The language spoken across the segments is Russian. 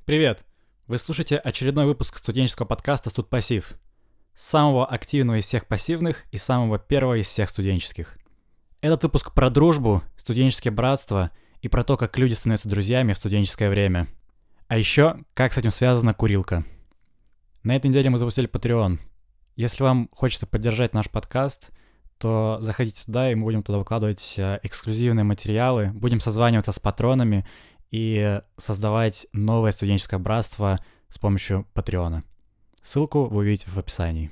Привет! Вы слушаете очередной выпуск студенческого подкаста «Студпассив». Самого активного из всех пассивных и самого первого из всех студенческих. Этот выпуск про дружбу, студенческое братство и про то, как люди становятся друзьями в студенческое время. А еще, как с этим связана курилка. На этой неделе мы запустили Patreon. Если вам хочется поддержать наш подкаст, то заходите туда, и мы будем туда выкладывать эксклюзивные материалы, будем созваниваться с патронами и создавать новое студенческое братство с помощью Патреона. Ссылку вы увидите в описании.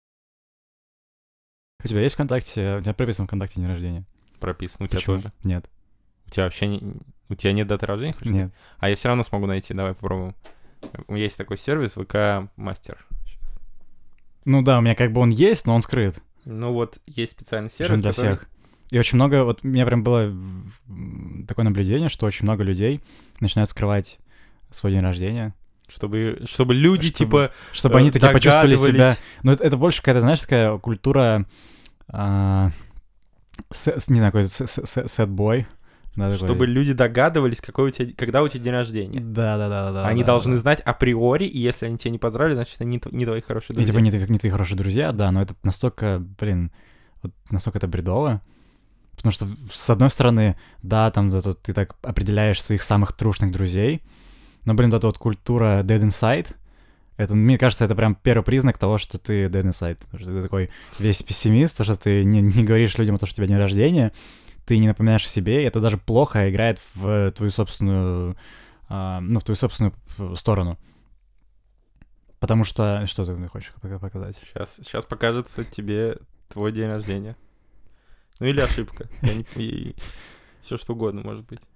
У тебя есть ВКонтакте? У тебя прописан ВКонтакте день рождения? Прописан. У тебя Почему? тоже? Нет. У тебя вообще у тебя нет даты рождения? Хочешь? Нет. А я все равно смогу найти. Давай попробуем. У меня есть такой сервис ВК Мастер. Ну да, у меня как бы он есть, но он скрыт. Ну вот, есть специальный Причем сервис, для который... всех. И очень много, вот у меня прям было такое наблюдение, что очень много людей начинают скрывать свой день рождения. Чтобы люди, Чтобы они такие почувствовали догадывались. себя... Ну, это больше какая-то, знаешь, такая культура... не знаю, какой-то сэд-бой. Да, Чтобы люди догадывались, когда у тебя день рождения. Да. Они должны знать априори, и если они тебя не поздравили, значит, они не твои хорошие И друзья. типа не твои хорошие друзья, да, но это настолько, вот настолько это бредово. Потому что, с одной стороны, да, там зато ты так определяешь своих самых трушных друзей, но, вот эта вот культура dead inside, это, мне кажется, это прям первый признак того, что ты dead inside. Потому что ты такой весь пессимист, то, что ты не говоришь людям о том, что у тебя день рождения, ты не напоминаешь о себе, и это даже плохо играет в твою собственную, в твою собственную сторону. Потому что... Что ты мне хочешь показать? Сейчас покажется тебе твой день рождения. Ну или ошибка. Все что угодно может быть.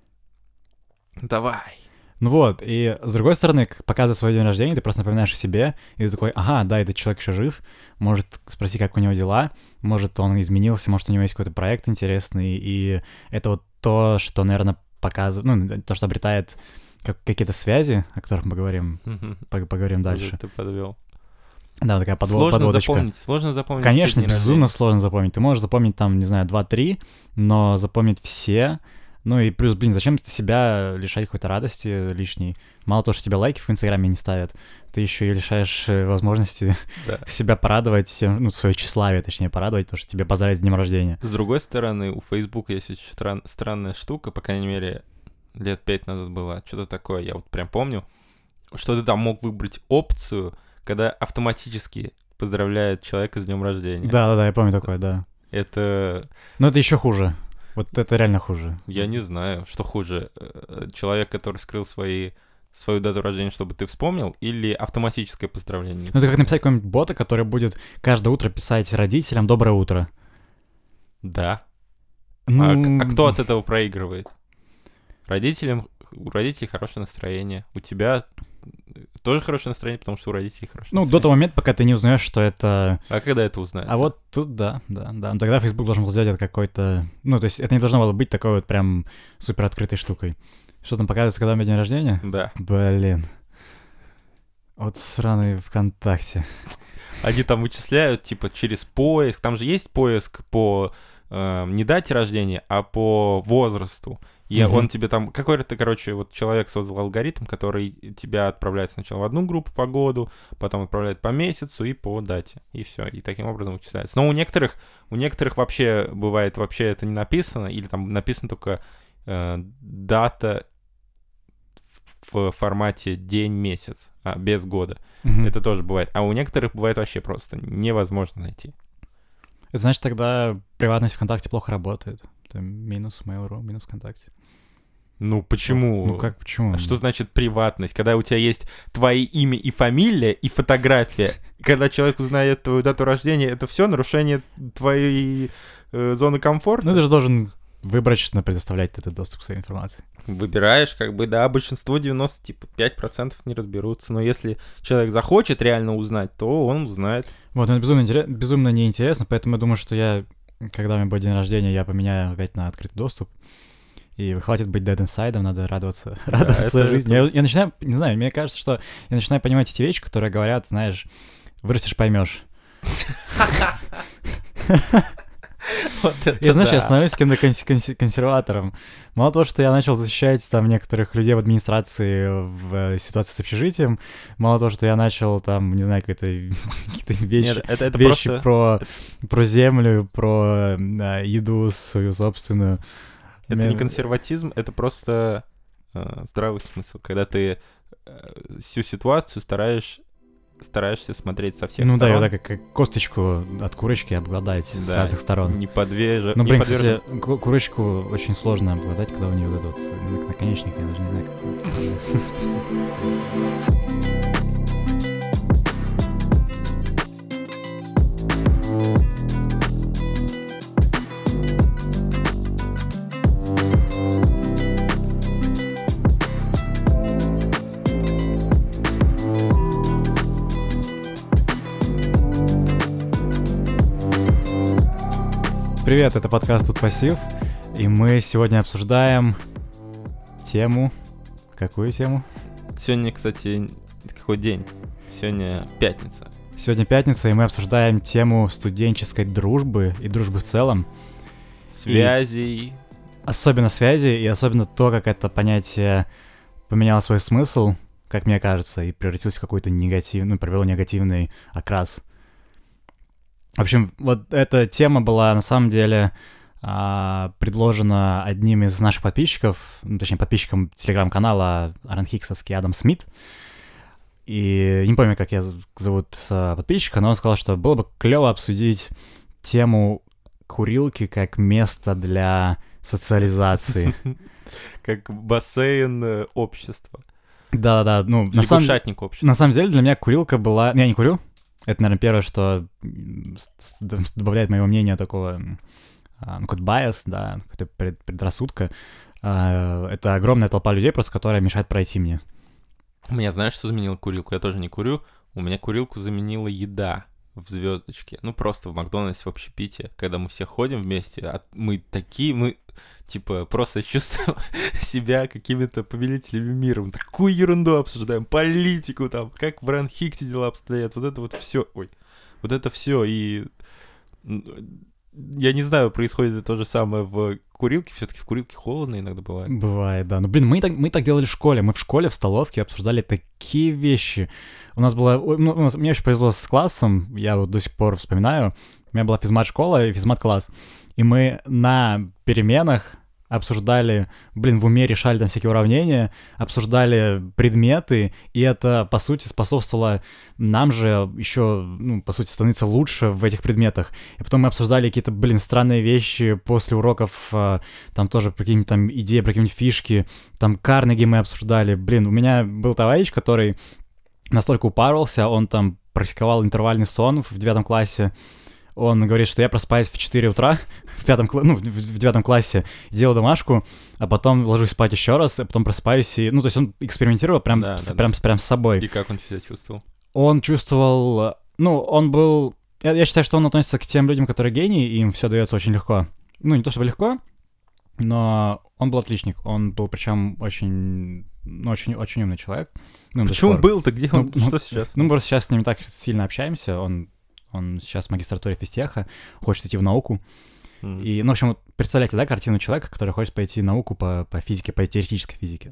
Давай. Ну вот, и с другой стороны, показывая свой день рождения, ты просто напоминаешь о себе, и ты такой, ага, да, этот человек еще жив, может, спроси, как у него дела, может, он изменился, может, у него есть какой-то проект интересный, и это вот то, что, наверное, показывает, то, что обретает какие-то связи, о которых мы поговорим дальше. Ты подвел. Да, такая подводочка. Сложно запомнить. Конечно, безумно сложно запомнить. Ты можешь запомнить там, не знаю, 2-3, но запомнить все... Ну и плюс, зачем ты себя лишать какой-то радости лишней? Мало того, что тебя лайки в Инстаграме не ставят, ты еще и лишаешь возможности себя порадовать, свое тщеславие, точнее, порадовать, то, что тебе поздравить с днем рождения. С другой стороны, у Фейсбука есть очень странная штука, по крайней мере, лет 5 назад была, что-то такое, я вот прям помню, что ты там мог выбрать опцию, когда автоматически поздравляет человека с днем рождения. Да, я помню такое, да. Это... Но это еще хуже. Вот это реально хуже. Я не знаю, что хуже. Человек, который скрыл свою дату рождения, чтобы ты вспомнил, или автоматическое поздравление? Ну, это как написать какого-нибудь бота, который будет каждое утро писать родителям «Доброе утро». Да. Ну... А кто от этого проигрывает? У родителей хорошее настроение. У тебя тоже хорошее настроение, потому что у родителей хорошее настроение. До того момента, пока ты не узнаешь, что это... А когда это узнается? А вот тут, да. Ну, тогда Facebook должен был сделать это какой-то... Ну, то есть это не должно было быть такой вот прям супер открытой штукой. Что там показывается, когда у меня день рождения? Да. Блин. Вот сраный ВКонтакте. Они там вычисляют, типа, через поиск. Там же есть поиск по не дате рождения, а по возрасту. И он тебе там... Какой-то, вот человек создал алгоритм, который тебя отправляет сначала в одну группу по году, потом отправляет по месяцу и по дате. И все. И таким образом вычисляется. Но у некоторых вообще бывает, вообще это не написано, или там написано только дата в формате день-месяц, без года. Это тоже бывает. А у некоторых бывает вообще просто невозможно найти. Это значит, тогда приватность ВКонтакте плохо работает. Это минус Mail.ru, минус ВКонтакте. Ну, почему? Ну, как почему? А что значит приватность? Когда у тебя есть твои имя и фамилия, и фотография, когда человек узнает твою дату рождения, это все нарушение твоей зоны комфорта? Ну, ты же должен выборочно предоставлять этот доступ к своей информации. Выбираешь, большинство 95% не разберутся. Но если человек захочет реально узнать, то он узнает. Вот, но это безумно неинтересно, поэтому я думаю, что когда у меня будет день рождения, я поменяю опять на открытый доступ. И хватит быть dead inside, надо радоваться жизни. Я начинаю, не знаю, мне кажется, что я начинаю понимать эти вещи, которые говорят, знаешь, вырастешь, поймешь. Вот это Я, знаешь, я да. становлюсь кем-то консерватором. Мало того, что я начал защищать там некоторых людей в администрации в ситуации с общежитием, мало того, что я начал там, не знаю, какие-то вещи, Нет, это вещи просто... про землю, про еду свою собственную. Это не консерватизм, это просто здравый смысл, когда ты всю ситуацию стараешься смотреть со всех Ну да, сторон. ее так как косточку от курочки обгладать с Да, разных сторон. Не подвержен. Ну, блин, кстати, курочку очень сложно обгладать, когда у нее вот этот вот наконечник, я даже не знаю, Привет, это подкаст «Тут пассив», и мы сегодня обсуждаем тему... Какую тему? Сегодня, кстати, какой день? Сегодня пятница. Сегодня пятница, и мы обсуждаем тему студенческой дружбы и дружбы в целом. Связей. Особенно связи, и особенно то, как это понятие поменяло свой смысл, как мне кажется, и превратилось в какой-то негативный, приобрело негативный окрас. В общем, вот эта тема была на самом деле предложена одним из наших подписчиков, точнее, подписчиком телеграм-канала Аранхиксовский Адам Смит. И не помню, как зовут подписчика, но он сказал, что было бы клево обсудить тему курилки как место для социализации. Как бассейн общества. Да-да-да, ну, Лягушатник общества. на самом деле для меня курилка была... Я не курю. Это, наверное, первое, что добавляет моего мнения такого, какой-то байс, да, какой-то предрассудка. Это огромная толпа людей, просто которая мешает пройти мне. У меня, знаешь, что заменило курилку? Я тоже не курю. У меня курилку заменила еда в звездочке. Ну, просто в Макдональдсе, в общепите. Когда мы все ходим вместе, мы типа, просто чувствуем себя какими-то повелителями мира. Мы такую ерунду обсуждаем, политику там, как в Ранхиксе дела обстоят, вот это вот все. Ой, вот это все. И я не знаю, происходит то же самое в курилке. Все-таки в курилке холодно иногда бывает. Бывает, да. Ну, блин, мы так делали в школе. Мы в школе, в столовке обсуждали такие вещи. У нас было... мне очень повезло с классом, я вот до сих пор вспоминаю. У меня была физмат-школа и физмат-класс. И мы на переменах обсуждали, в уме решали там всякие уравнения, обсуждали предметы, и это, по сути, способствовало нам же еще, по сути, становиться лучше в этих предметах. И потом мы обсуждали какие-то, странные вещи после уроков, там тоже про какие-нибудь там идеи, про какие-нибудь фишки, там Карнеги мы обсуждали. У меня был товарищ, который настолько упарывался, он там практиковал интервальный сон в 9 классе. Он говорит, что я просыпаюсь в 4 утра в 9 классе, делаю домашку, а потом ложусь спать еще раз, а потом просыпаюсь и... то есть он экспериментировал прям с собой. И как он себя чувствовал? Он чувствовал... он был... Я считаю, что он относится к тем людям, которые гении, и им все дается очень легко. Не то чтобы легко, но он был отличник. Он был причем очень умный человек. Почему был-то? Где он? Что сейчас? Мы просто сейчас с ним так сильно общаемся. Он сейчас в магистратуре физтеха, хочет идти в науку. И, в общем, представляете, да, картину человека, который хочет пойти в науку по физике, по теоретической физике.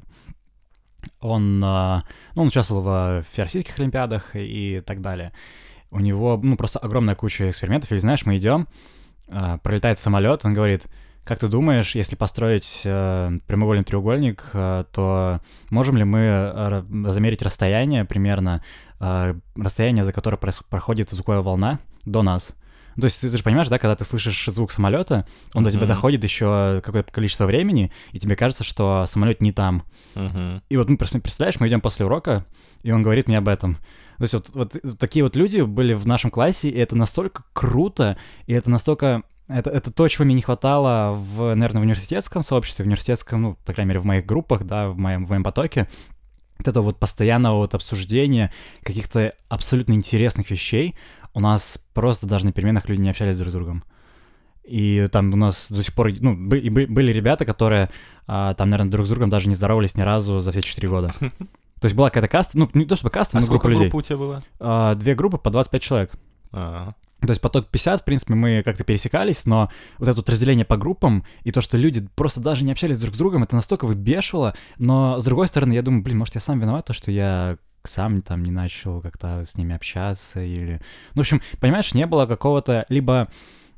Он участвовал в всероссийских олимпиадах и так далее. У него, просто огромная куча экспериментов. Или, знаешь, мы идем, пролетает самолет, он говорит: как ты думаешь, если построить прямоугольный треугольник, то можем ли мы замерить расстояние примерно, расстояние, за которое проходит звуковая волна до нас? То есть ты же понимаешь, да, когда ты слышишь звук самолета, он до тебя доходит еще какое-то количество времени, и тебе кажется, что самолет не там. И вот, представляешь, мы идем после урока, и он говорит мне об этом. То есть вот такие вот люди были в нашем классе, и это настолько круто, и это настолько... Это то, чего мне не хватало наверное, в университетском сообществе, в университетском, по крайней мере, в моих группах, да, в моем потоке. Вот это вот постоянного вот обсуждения каких-то абсолютно интересных вещей. У нас просто даже на переменах люди не общались друг с другом. И там у нас до сих пор, были ребята, которые там, наверное, друг с другом даже не здоровались ни разу за все 4 года. То есть была какая-то каста, не то чтобы каста, но группа людей. А сколько групп у тебя было? 2 группы по 25 человек. То есть поток 50, в принципе, мы как-то пересекались, но вот это вот разделение по группам и то, что люди просто даже не общались друг с другом, это настолько выбешивало. Но, с другой стороны, я думаю, блин, может, я сам виноват, то, что я сам там не начал как-то с ними общаться или... Ну, в общем, понимаешь, не было какого-то либо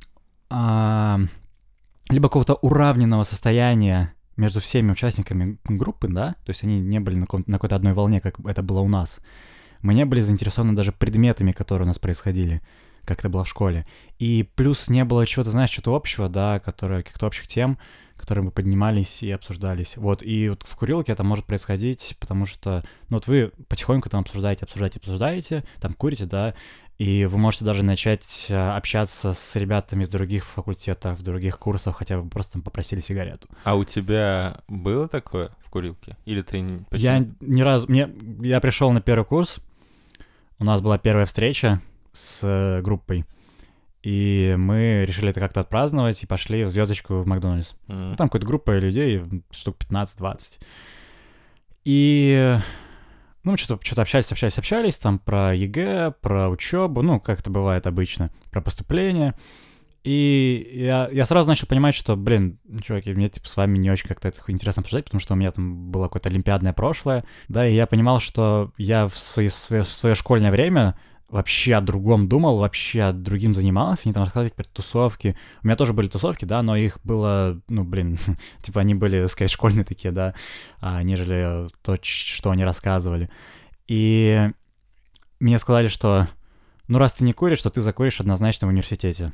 какого-то уравненного состояния между всеми участниками группы, да, то есть они не были на какой-то одной волне, как это было у нас. Мы не были заинтересованы даже предметами, которые у нас происходили, как это было в школе. И плюс не было чего-то, знаешь, чего-то общего, да, каких-то общих тем, которые мы поднимались и обсуждались. Вот, и вот в курилке это может происходить, потому что, ну вот вы потихоньку там обсуждаете, там курите, да, и вы можете даже начать общаться с ребятами из других факультетов, других курсов, хотя бы просто там попросили сигарету. А у тебя было такое в курилке? Или ты почти... Я ни разу... Я пришел на первый курс, у нас была первая встреча с группой, и мы решили это как-то отпраздновать и пошли в звездочку в Макдональдс. Ну, там какая-то группа людей, штук 15-20. И... Ну, мы что-то общались там про ЕГЭ, про учебу, ну, как это бывает обычно, про поступление. И я сразу начал понимать, что, блин, чуваки, мне, типа, с вами не очень как-то это интересно обсуждать, потому что у меня там было какое-то олимпиадное прошлое, да, и я понимал, что я в свое школьное время вообще о другом думал, вообще другим занимался, они там рассказывали про тусовки. У меня тоже были тусовки, да, но их было, ну, блин, типа они были, скорее, школьные такие, да, нежели то, что они рассказывали. И мне сказали, что, ну, раз ты не куришь, то ты закуришь однозначно в университете.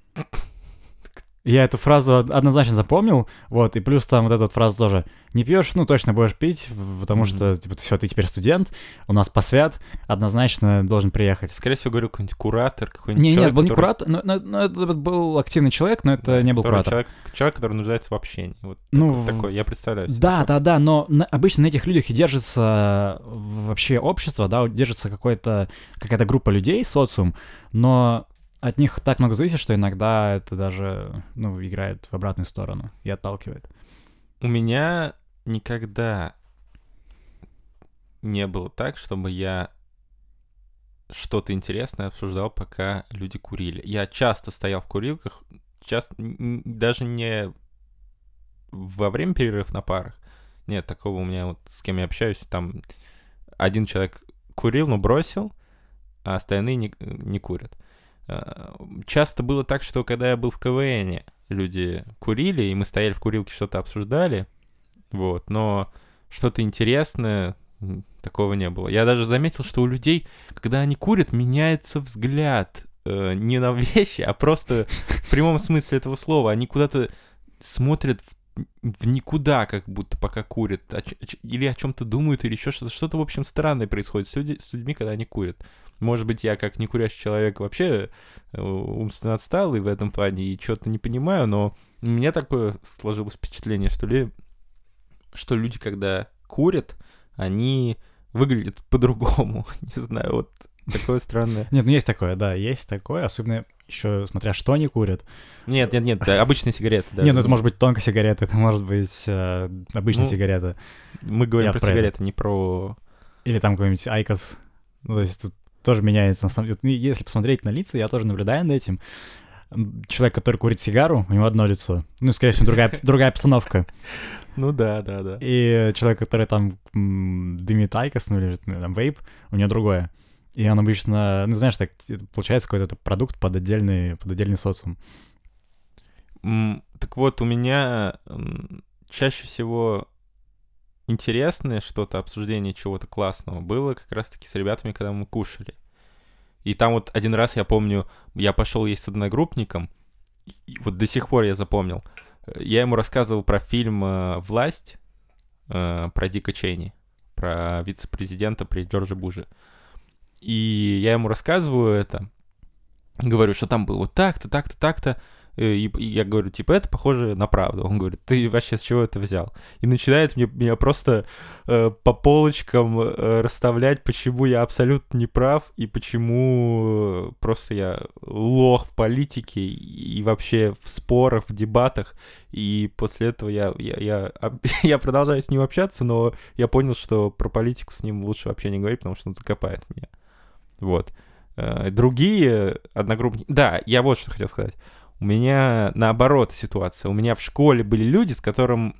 Я эту фразу однозначно запомнил, вот, и плюс там вот эту вот фразу тоже. Не пьешь, ну, точно будешь пить, потому что, типа, все, ты теперь студент, у нас посвят, однозначно должен приехать. Скорее всего, говорю, какой-нибудь куратор, какой-нибудь человек, человек, это был не куратор, но это был активный человек, но это не был куратор. Человек, который нуждается в общении. Вот ну, такой, я представляю себе. Да, но обычно на этих людях и держится вообще общество, да, держится какая-то группа людей, социум, но... От них так много зависит, что иногда это даже, ну, играет в обратную сторону и отталкивает. У меня никогда не было так, чтобы я что-то интересное обсуждал, пока люди курили. Я часто стоял в курилках, даже не во время перерывов на парах. Нет, такого у меня вот с кем я общаюсь, там один человек курил, но бросил, а остальные не курят. Часто было так, что когда я был в КВНе, люди курили, и мы стояли в курилке, что-то обсуждали, вот, но что-то интересное такого не было. Я даже заметил, что у людей, когда они курят, меняется взгляд не на вещи, а просто в прямом смысле этого слова. Они куда-то смотрят в никуда, как будто пока курят, или о чем-то думают, или еще что-то. Что-то, в общем, странное происходит с людьми, когда они курят. Может быть, я как некурящий человек вообще умственно отсталый в этом плане и что-то не понимаю, но у меня такое сложилось впечатление, что люди, когда курят, они выглядят по-другому. Не знаю, вот такое странное. Нет, ну есть такое, да, есть такое, особенно еще смотря что они курят. Нет, да, обычные сигареты. Нет, ну это может быть тонкая сигарета, это может быть обычная сигарета. Мы говорим про сигареты, не про... Или там какой-нибудь Айкос. Ну, то есть тут тоже меняется, на самом деле. Если посмотреть на лица, я тоже наблюдаю над этим. Человек, который курит сигару, у него одно лицо. Ну, скорее всего, другая обстановка. Ну да. И человек, который там дымит Айкос, ну или там вейп, у него другое. И он обычно, ну, знаешь, так получается какой-то продукт под отдельный социум. Так вот, у меня чаще всего интересное что-то, обсуждение чего-то классного было как раз-таки с ребятами, когда мы кушали. И там вот один раз, я помню, я пошел есть с одногруппником, и вот до сих пор я запомнил. Я ему рассказывал про фильм «Власть», про Дика Чейни, про вице-президента при Джордже Буше. И я ему рассказываю это, говорю, что там было вот так-то, так-то, так-то. И я говорю, типа, это похоже на правду. Он говорит, ты вообще с чего это взял? И начинает меня просто по полочкам расставлять, почему я абсолютно не прав, и почему просто я лох в политике и вообще в спорах, в дебатах. И после этого я продолжаю с ним общаться, но я понял, что про политику с ним лучше вообще не говорить, потому что он закопает меня. Вот. Другие одногруппники... Да, я вот что хотел сказать. У меня наоборот ситуация. У меня в школе были люди, с которыми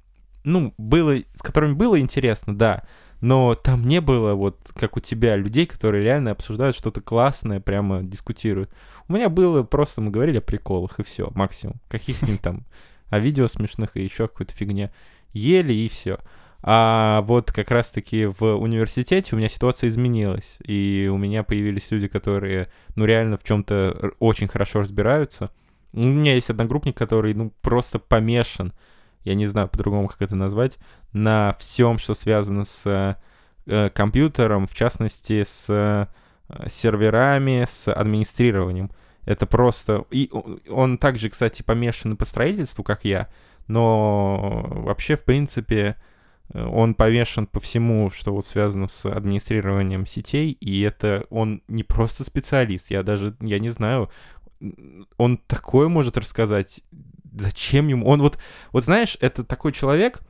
было интересно, да, но там не было, вот как у тебя, людей, которые реально обсуждают что-то классное, прямо дискутируют. У меня было просто, мы говорили о приколах, и все, максимум. Каких-нибудь там о видео смешных и еще какой-то фигне. Ели, и все. А вот как раз-таки в университете у меня ситуация изменилась, и у меня появились люди, которые, реально в чем-то очень хорошо разбираются. У меня есть одногруппник, который, просто помешан, я не знаю по-другому, как это назвать, на всем, что связано с компьютером, в частности, с серверами, с администрированием. Это просто... И он также, кстати, помешан по строительству, как я, но вообще, в принципе, он помешан по всему, что вот связано с администрированием сетей, и это он не просто специалист, я не знаю, он такое может рассказать, зачем ему... Он вот знаешь, это такой человек...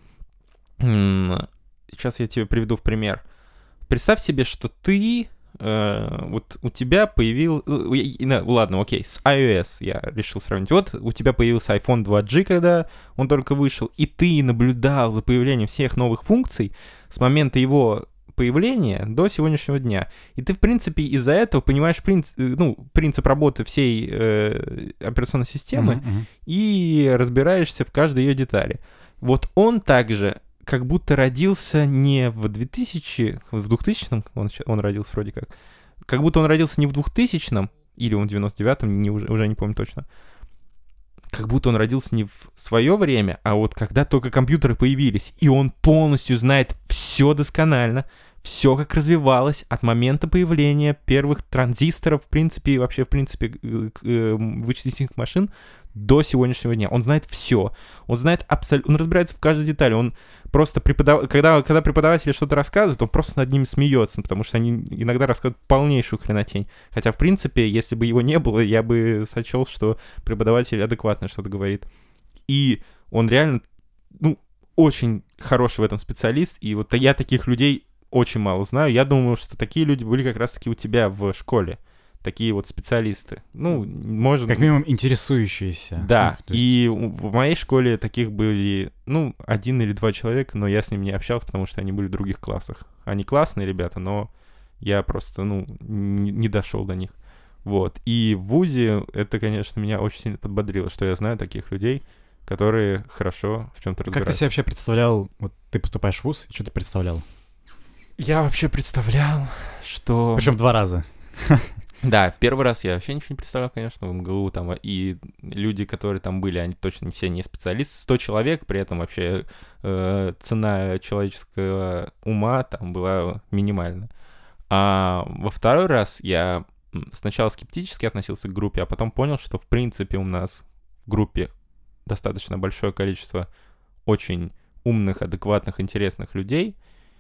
Сейчас я тебе приведу в пример. Представь себе, что ты... вот у тебя ладно, окей, с iOS я решил сравнить. Вот у тебя появился iPhone 2G, когда он только вышел, и ты наблюдал за появлением всех новых функций с момента его появления до сегодняшнего дня. И ты, в принципе, из-за этого понимаешь принцип работы всей операционной системы и разбираешься в каждой ее детали. Вот он также как будто родился не в 2000-м, он родился вроде как будто он родился не в 2000-м, или он в 99-м, уже не помню точно. Как будто он родился не в свое время, а вот когда только компьютеры появились, и он полностью знает все досконально, все как развивалось от момента появления первых транзисторов, в принципе, вычислительных машин до сегодняшнего дня. Он знает все. Он знает абсолютно... Он разбирается в каждой детали. Он просто когда преподаватели что-то рассказывают, он просто над ними смеется, потому что они иногда рассказывают полнейшую хренотень. Хотя, в принципе, если бы его не было, я бы сочел, что преподаватель адекватно что-то говорит. И он реально, очень хороший в этом специалист. И вот я таких людей очень мало знаю. Я думаю, что такие люди были как раз-таки у тебя в школе. Такие вот специалисты. Может... Как минимум интересующиеся. Да, и в моей школе таких были, 1 или 2 человека, но я с ними не общался, потому что они были в других классах. Они классные ребята, но я просто, не дошел до них. Вот. И в вузе это, конечно, меня очень сильно подбодрило, что я знаю таких людей, которые хорошо в чем-то разбираются. Как ты себе вообще представлял, вот ты поступаешь в вуз, и что ты представлял? Я вообще представлял, что... Причем 2 раза. Да, в первый раз я вообще ничего не представлял, конечно, в МГУ там, и люди, которые там были, они точно все не специалисты, 100 человек, при этом вообще цена человеческого ума там была минимальна. А во второй раз я сначала скептически относился к группе, а потом понял, что в принципе у нас в группе достаточно большое количество очень умных, адекватных, интересных людей,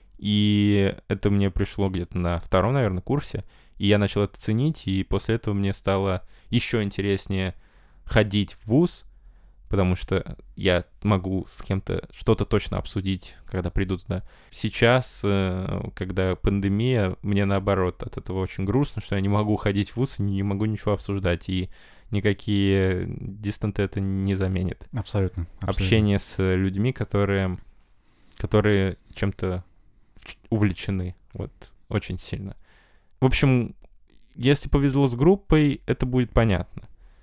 и это мне пришло где-то на 2-м, наверное, курсе, и я начал это ценить, и после этого мне стало еще интереснее ходить в вуз, потому что я могу с кем-то что-то точно обсудить, когда приду туда. Сейчас, когда пандемия, мне наоборот от этого очень грустно, что я не могу ходить в вуз, не могу ничего обсуждать, и никакие дистанты это не заменят. Абсолютно. Общение с людьми, которые чем-то увлечены, вот, очень сильно. В общем, если повезло с группой, это будет понятно.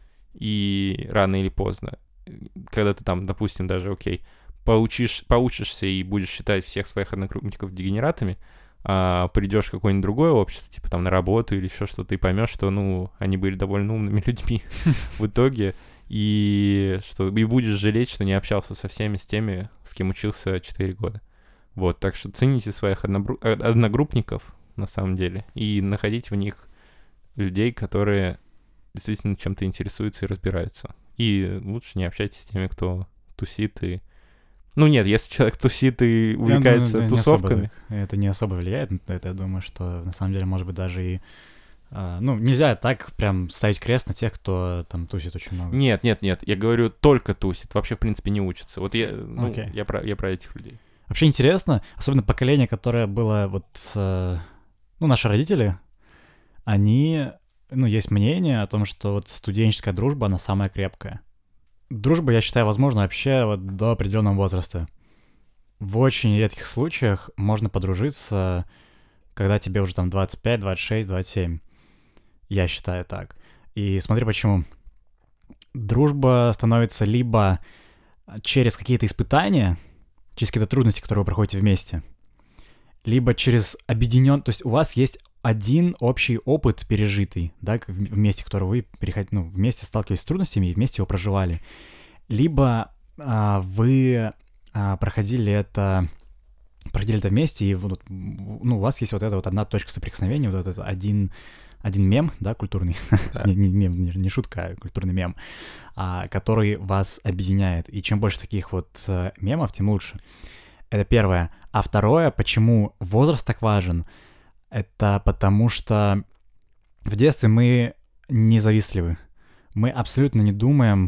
И рано или поздно, когда ты там, допустим, даже, поучишься и будешь считать всех своих одногруппников дегенератами, а придешь в какое-нибудь другое общество, типа там на работу или еще что-то, и поймешь, что, они были довольно умными людьми в итоге, и будешь жалеть, что не общался со всеми, с теми, с кем учился 4 года. Вот, так что цените своих одногруппников, на самом деле, и находить в них людей, которые действительно чем-то интересуются и разбираются. И лучше не общайтесь с теми, кто тусит и... нет, если человек тусит и увлекается тусовками... Это не особо влияет на это. Я думаю, что на самом деле, может быть, даже и... нельзя так прям ставить крест на тех, кто там тусит очень много. Нет, я говорю, только тусит, вообще, в принципе, не учится. Вот я про этих людей. Вообще интересно, особенно поколение, которое было наши родители, они есть мнение о том, что вот студенческая дружба, она самая крепкая. Дружба, я считаю, возможно вообще вот до определенного возраста. В очень редких случаях можно подружиться, когда тебе уже там 25, 26, 27. Я считаю так. И смотри почему. Дружба становится либо через какие-то испытания, через какие-то трудности, которые вы проходите вместе, либо через то есть у вас есть один общий опыт пережитый, да, вместе, который вы вместе сталкивались с трудностями и вместе его проживали. Либо вы проходили это вместе, и у вас есть вот эта вот одна точка соприкосновения, вот этот один мем, да, культурный, Да. не шутка, а культурный мем, который вас объединяет. И чем больше таких вот мемов, тем лучше. Это первое. А второе, почему возраст так важен, это потому что в детстве мы не завистливы. Мы абсолютно не думаем,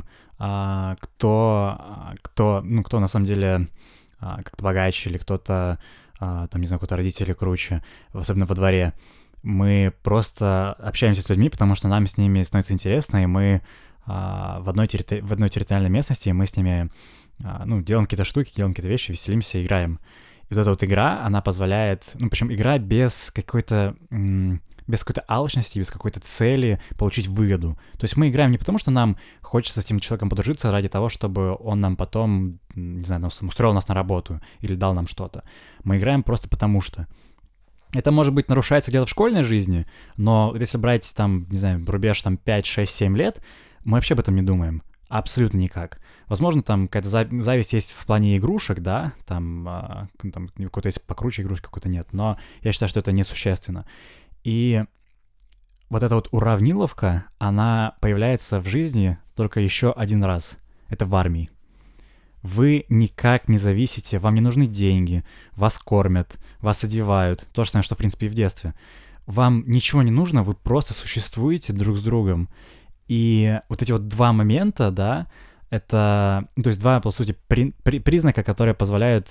кто на самом деле как-то богаче, или кто-то, какой-то родители круче, особенно во дворе. Мы просто общаемся с людьми, потому что нам с ними становится интересно, и мы в одной территориальной местности, и мы с ними делаем какие-то штуки, делаем какие-то вещи, веселимся, играем. И вот эта вот игра, она позволяет, причем игра без какой-то алчности, без какой-то цели получить выгоду. То есть мы играем не потому, что нам хочется с этим человеком подружиться ради того, чтобы он нам потом, не знаю, устроил нас на работу или дал нам что-то. Мы играем просто потому что. Это, может быть, нарушается где-то в школьной жизни, но если брать, рубеж 5, 6, 7 лет, мы вообще об этом не думаем. Абсолютно никак. Возможно, там какая-то зависть есть в плане игрушек, да, там какой-то есть покруче игрушки, какой-то нет, но я считаю, что это несущественно. И вот эта вот уравниловка, она появляется в жизни только еще один раз. Это в армии. Вы никак не зависите, вам не нужны деньги, вас кормят, вас одевают, то же самое, что, в принципе, и в детстве. Вам ничего не нужно, вы просто существуете друг с другом. И вот эти вот два момента, да, это, то есть два, по сути, признака, которые позволяют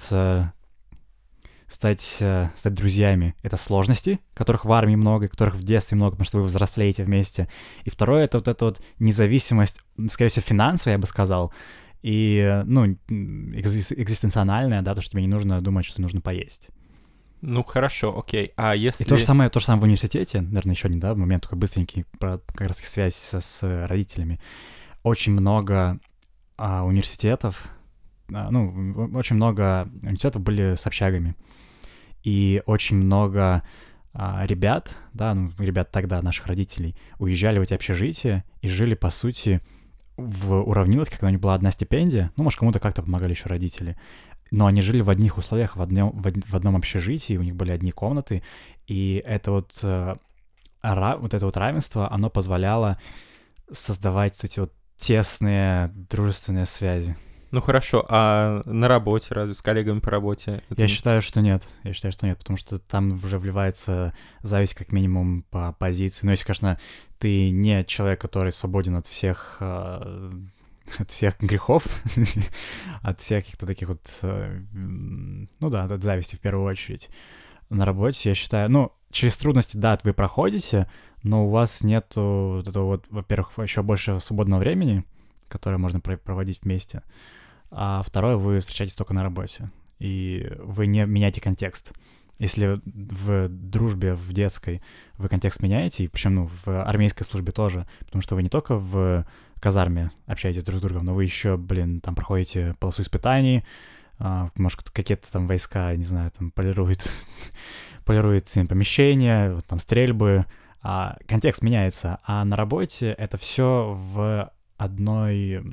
стать друзьями. Это сложности, которых в армии много, которых в детстве много, потому что вы взрослеете вместе. И второе — это вот эта вот независимость, скорее всего, финансовая, я бы сказал, и, экзистенциональная, да, то, что тебе не нужно думать, что нужно поесть. Ну, хорошо, окей. А если... И то же самое в университете, наверное, еще один, да, момент такой быстренький, про как раз связь с родителями. Очень много университетов, очень много университетов были с общагами. И очень много ребят, да, ребят тогда, наших родителей, уезжали в эти общежития и жили, по сути, в уравниловке, когда у них была одна стипендия. Может, кому-то как-то помогали еще родители. Но они жили в одних условиях, в одном общежитии, у них были одни комнаты, и это вот это вот равенство, оно позволяло создавать вот эти вот тесные дружественные связи. Ну хорошо, а на работе разве, с коллегами по работе? Я считаю, что нет, потому что там уже вливается зависть как минимум по позиции. Но если, конечно, ты не человек, который свободен от всех грехов, от всех каких-то таких вот, от зависти в первую очередь. На работе, я считаю, через трудности, да, вы проходите, но у вас нету вот этого вот, во-первых, еще больше свободного времени, которое можно проводить вместе, а второе, вы встречаетесь только на работе, и вы не меняете контекст. Если в дружбе, в детской, вы контекст меняете, и причем, в армейской службе тоже, потому что вы не только в казарме общаетесь друг с другом, но вы еще, там проходите полосу испытаний, может, какие-то там войска, не знаю, там полируют помещения, там стрельбы, контекст меняется, а на работе это все в одной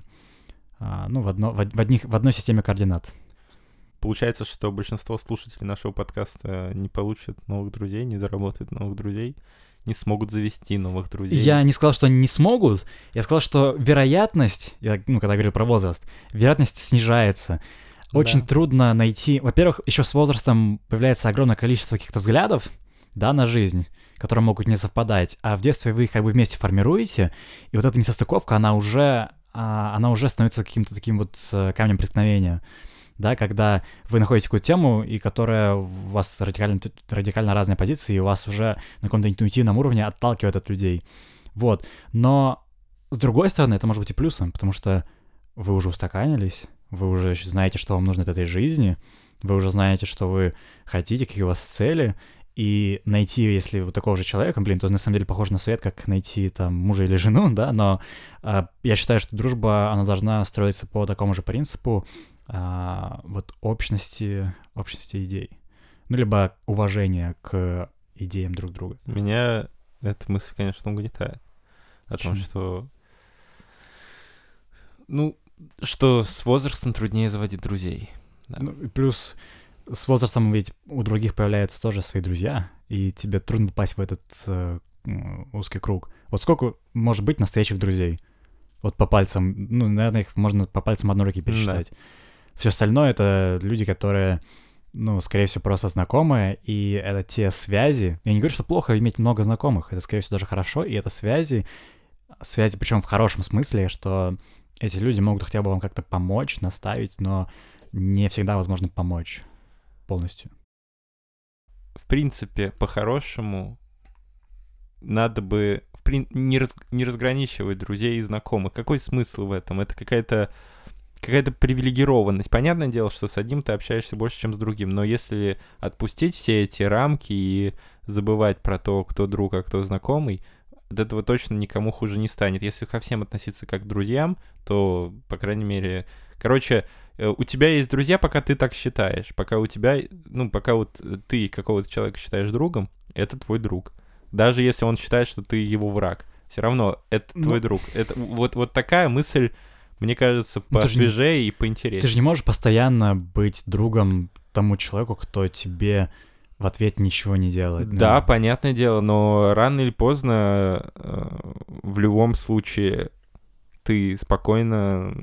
системе координат. Получается, что большинство слушателей нашего подкаста не получат новых друзей, не заработают новых друзей, не смогут завести новых друзей. Я не сказал, что они не смогут. Я сказал, что вероятность, когда говорил про возраст, вероятность снижается. Очень трудно найти... Во-первых, еще с возрастом появляется огромное количество каких-то взглядов, да, на жизнь, которые могут не совпадать. А в детстве вы их как бы вместе формируете, и вот эта несостыковка, она уже становится каким-то таким вот камнем преткновения. Да, когда вы находите какую-то тему, и которая у вас радикально разные позиции, и у вас уже на каком-то интуитивном уровне отталкивает от людей. Вот. Но, с другой стороны, это может быть и плюсом, потому что вы уже устаканились, вы уже знаете, что вам нужно от этой жизни, вы уже знаете, что вы хотите, какие у вас цели, и найти, если вот такого же человека, то на самом деле похоже на совет, как найти там мужа или жену, да, но я считаю, что дружба, она должна строиться по такому же принципу вот общности идей. Ну, либо уважения к идеям друг друга. Меня эта мысль, конечно, угнетает. О том, что... Ну, что с возрастом труднее заводить друзей. Да. Ну, и плюс с возрастом ведь у других появляются тоже свои друзья, и тебе трудно попасть в этот узкий круг. Вот сколько может быть настоящих друзей? Вот по пальцам, ну, наверное, их можно по пальцам одной руки пересчитать. Да. Все остальное — это люди, которые, ну, скорее всего, просто знакомые, и это те связи. Я не говорю, что плохо иметь много знакомых, это, скорее всего, даже хорошо, и это связи, причем в хорошем смысле, что эти люди могут хотя бы вам как-то помочь, наставить, но не всегда возможно помочь полностью. В принципе, по-хорошему, надо бы не разграничивать друзей и знакомых. Какой смысл в этом? Это какая-то привилегированность. Понятное дело, что с одним ты общаешься больше, чем с другим, но если отпустить все эти рамки и забывать про то, кто друг, а кто знакомый, от этого точно никому хуже не станет. Если ко всем относиться как к друзьям, то, по крайней мере... Короче, у тебя есть друзья, пока ты так считаешь. Пока вот ты какого-то человека считаешь другом, это твой друг. Даже если он считает, что ты его враг. Все равно это твой друг. Это, вот такая мысль, мне кажется, посвежее и поинтереснее. Ты же не можешь постоянно быть другом тому человеку, кто тебе в ответ ничего не делает. Да, понятное дело, но рано или поздно в любом случае ты спокойно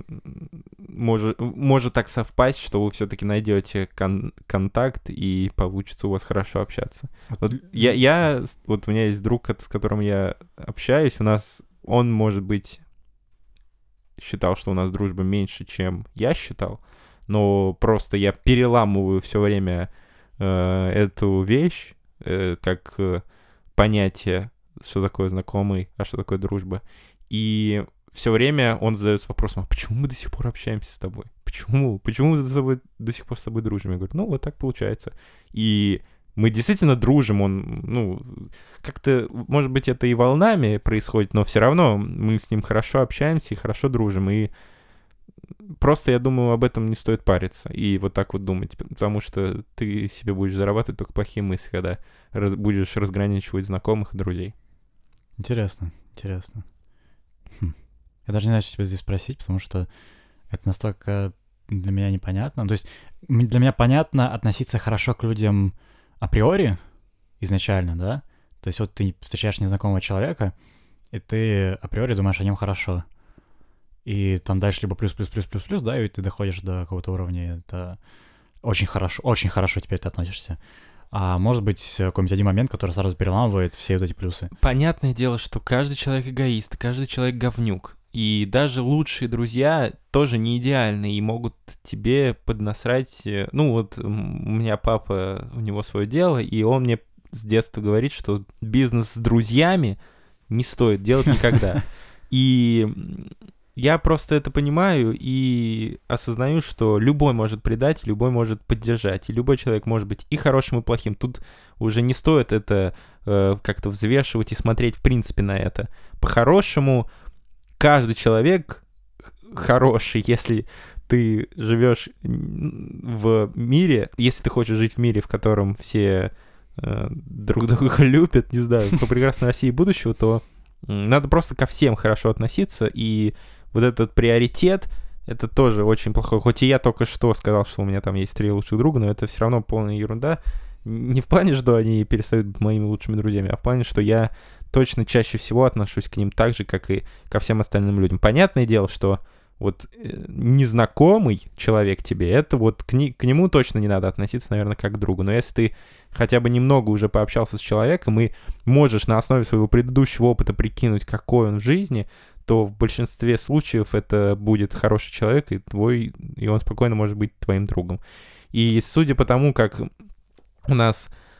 может так совпасть, что вы все-таки найдете контакт и получится у вас хорошо общаться. Вот у меня есть друг, с которым я общаюсь, он, может быть, считал, что у нас дружба меньше, чем я считал, но просто я переламываю все время эту вещь, как понятие, что такое знакомый, а что такое дружба. И все время он задается вопросом: а почему мы до сих пор общаемся с тобой? Почему мы до сих пор с тобой дружим? Я говорю, ну, вот так получается. И мы действительно дружим, как-то, может быть, это и волнами происходит, но все равно мы с ним хорошо общаемся и хорошо дружим. И просто, я думаю, об этом не стоит париться и вот так вот думать, потому что ты себе будешь зарабатывать только плохие мысли, когда будешь разграничивать знакомых и друзей. Интересно. Я даже не знаю, что тебя здесь спросить, потому что это настолько для меня непонятно. То есть для меня понятно относиться хорошо к людям априори, изначально, да? То есть вот ты встречаешь незнакомого человека, и ты априори думаешь о нем хорошо. И там дальше либо плюс, да, и ты доходишь до какого-то уровня, это очень хорошо теперь ты относишься. А может быть, какой-нибудь один момент, который сразу переламывает все вот эти плюсы. Понятное дело, что каждый человек эгоист, каждый человек говнюк. И даже лучшие друзья тоже не идеальны и могут тебе поднасрать. Ну вот у меня папа, у него свое дело, и он мне с детства говорит, что бизнес с друзьями не стоит делать никогда. И я просто это понимаю и осознаю, что любой может предать, любой может поддержать, и любой человек может быть и хорошим, и плохим. Тут уже не стоит это как-то взвешивать и смотреть в принципе на это. По-хорошему, каждый человек хороший, если ты живешь в мире, если ты хочешь жить в мире, в котором все друг друга любят, не знаю, по прекрасной России будущего, то надо просто ко всем хорошо относиться, и вот этот приоритет, это тоже очень плохой. Хоть и я только что сказал, что у меня там есть 3 лучших друга, но это все равно полная ерунда. Не в плане, что они перестают быть моими лучшими друзьями, а в плане, что я точно чаще всего отношусь к ним так же, как и ко всем остальным людям. Понятное дело, что вот незнакомый человек тебе, это вот к нему точно не надо относиться, наверное, как к другу. Но если ты хотя бы немного уже пообщался с человеком и можешь на основе своего предыдущего опыта прикинуть, какой он в жизни, то в большинстве случаев это будет хороший человек, и он спокойно может быть твоим другом. И судя по тому, как у нас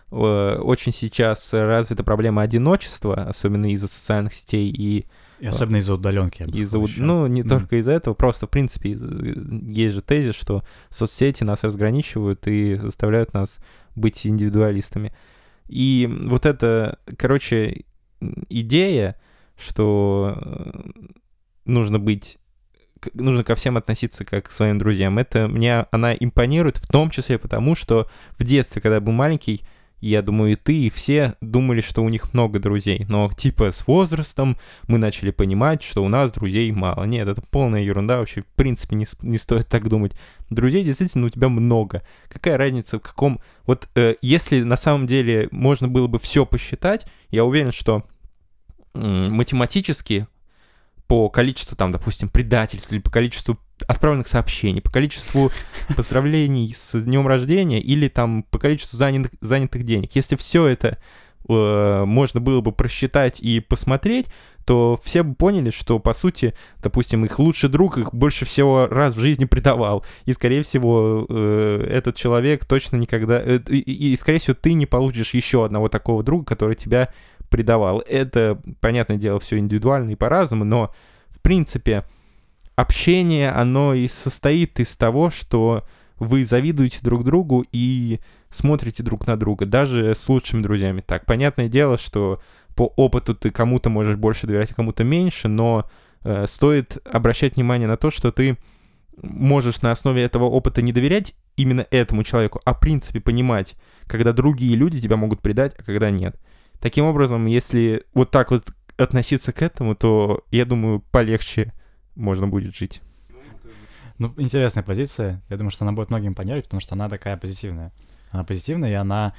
очень сейчас развита проблема одиночества, особенно из-за социальных сетей и особенно из-за удаленки, я бы сказал, еще. Ну, не только из-за этого, просто, в принципе, есть же тезис, что соцсети нас разграничивают и заставляют нас быть индивидуалистами. И вот эта, короче, идея, что нужно ко всем относиться как к своим друзьям, она импонирует, в том числе потому, что в детстве, когда я был маленький, я думаю, и ты, и все думали, что у них много друзей. Но типа с возрастом мы начали понимать, что у нас друзей мало. Нет, это полная ерунда. Вообще, в принципе, не стоит так думать. Друзей действительно у тебя много. Какая разница, в каком... Вот если на самом деле можно было бы все посчитать, я уверен, что математически по количеству, там, допустим, предательств или по количеству отправленных сообщений, по количеству поздравлений с днем рождения или там по количеству занятых денег. Если все это можно было бы просчитать и посмотреть, то все бы поняли, что, по сути, допустим, их лучший друг их больше всего раз в жизни предавал. И, скорее всего, этот человек точно никогда... И, скорее всего, ты не получишь еще одного такого друга, который тебя предавал. Это, понятное дело, все индивидуально и по-разному, но, в принципе, общение, оно и состоит из того, что вы завидуете друг другу и смотрите друг на друга, даже с лучшими друзьями. Так, понятное дело, что по опыту ты кому-то можешь больше доверять, а кому-то меньше, но стоит обращать внимание на то, что ты можешь на основе этого опыта не доверять именно этому человеку, а в принципе понимать, когда другие люди тебя могут предать, а когда нет. Таким образом, если вот так вот относиться к этому, то, я думаю, полегче можно будет жить. Ну, интересная позиция. Я думаю, что она будет многим понять, потому что она такая позитивная. Она позитивная, и она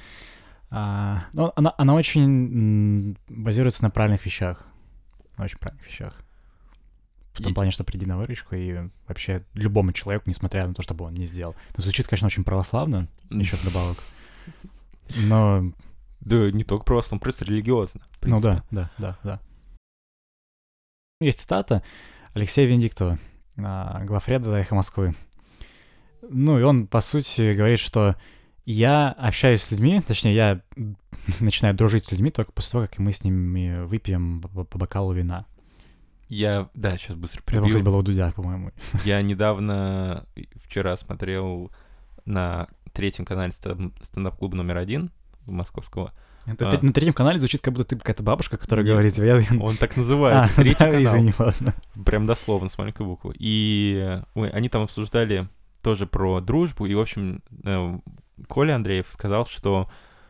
очень базируется на правильных вещах. На очень правильных вещах. В том плане, что приди на выручку и вообще любому человеку, несмотря на то, что бы он не сделал. Это звучит, конечно, очень православно, еще вдобавок. Но... Да, не только православно, просто религиозно. Ну да. Есть цитата Алексея Венедиктова, главреда «Эхо Москвы». Ну, и он, по сути, говорит, что я общаюсь с людьми, точнее, я начинаю дружить с людьми только после того, как мы с ними выпьем по бокалу вина. Сейчас быстро прибью. Это, кстати, было у Дудя, по-моему. Я недавно, вчера смотрел на третьем канале стендап-клуба номер 1 московского. Это на третьем канале звучит, как будто ты какая-то бабушка, которая говорит... Он так называется, третий канал. Извини, ладно. Прям дословно, с маленькой буквы. И они там обсуждали тоже про дружбу, и, в общем, Коля Андреев сказал, что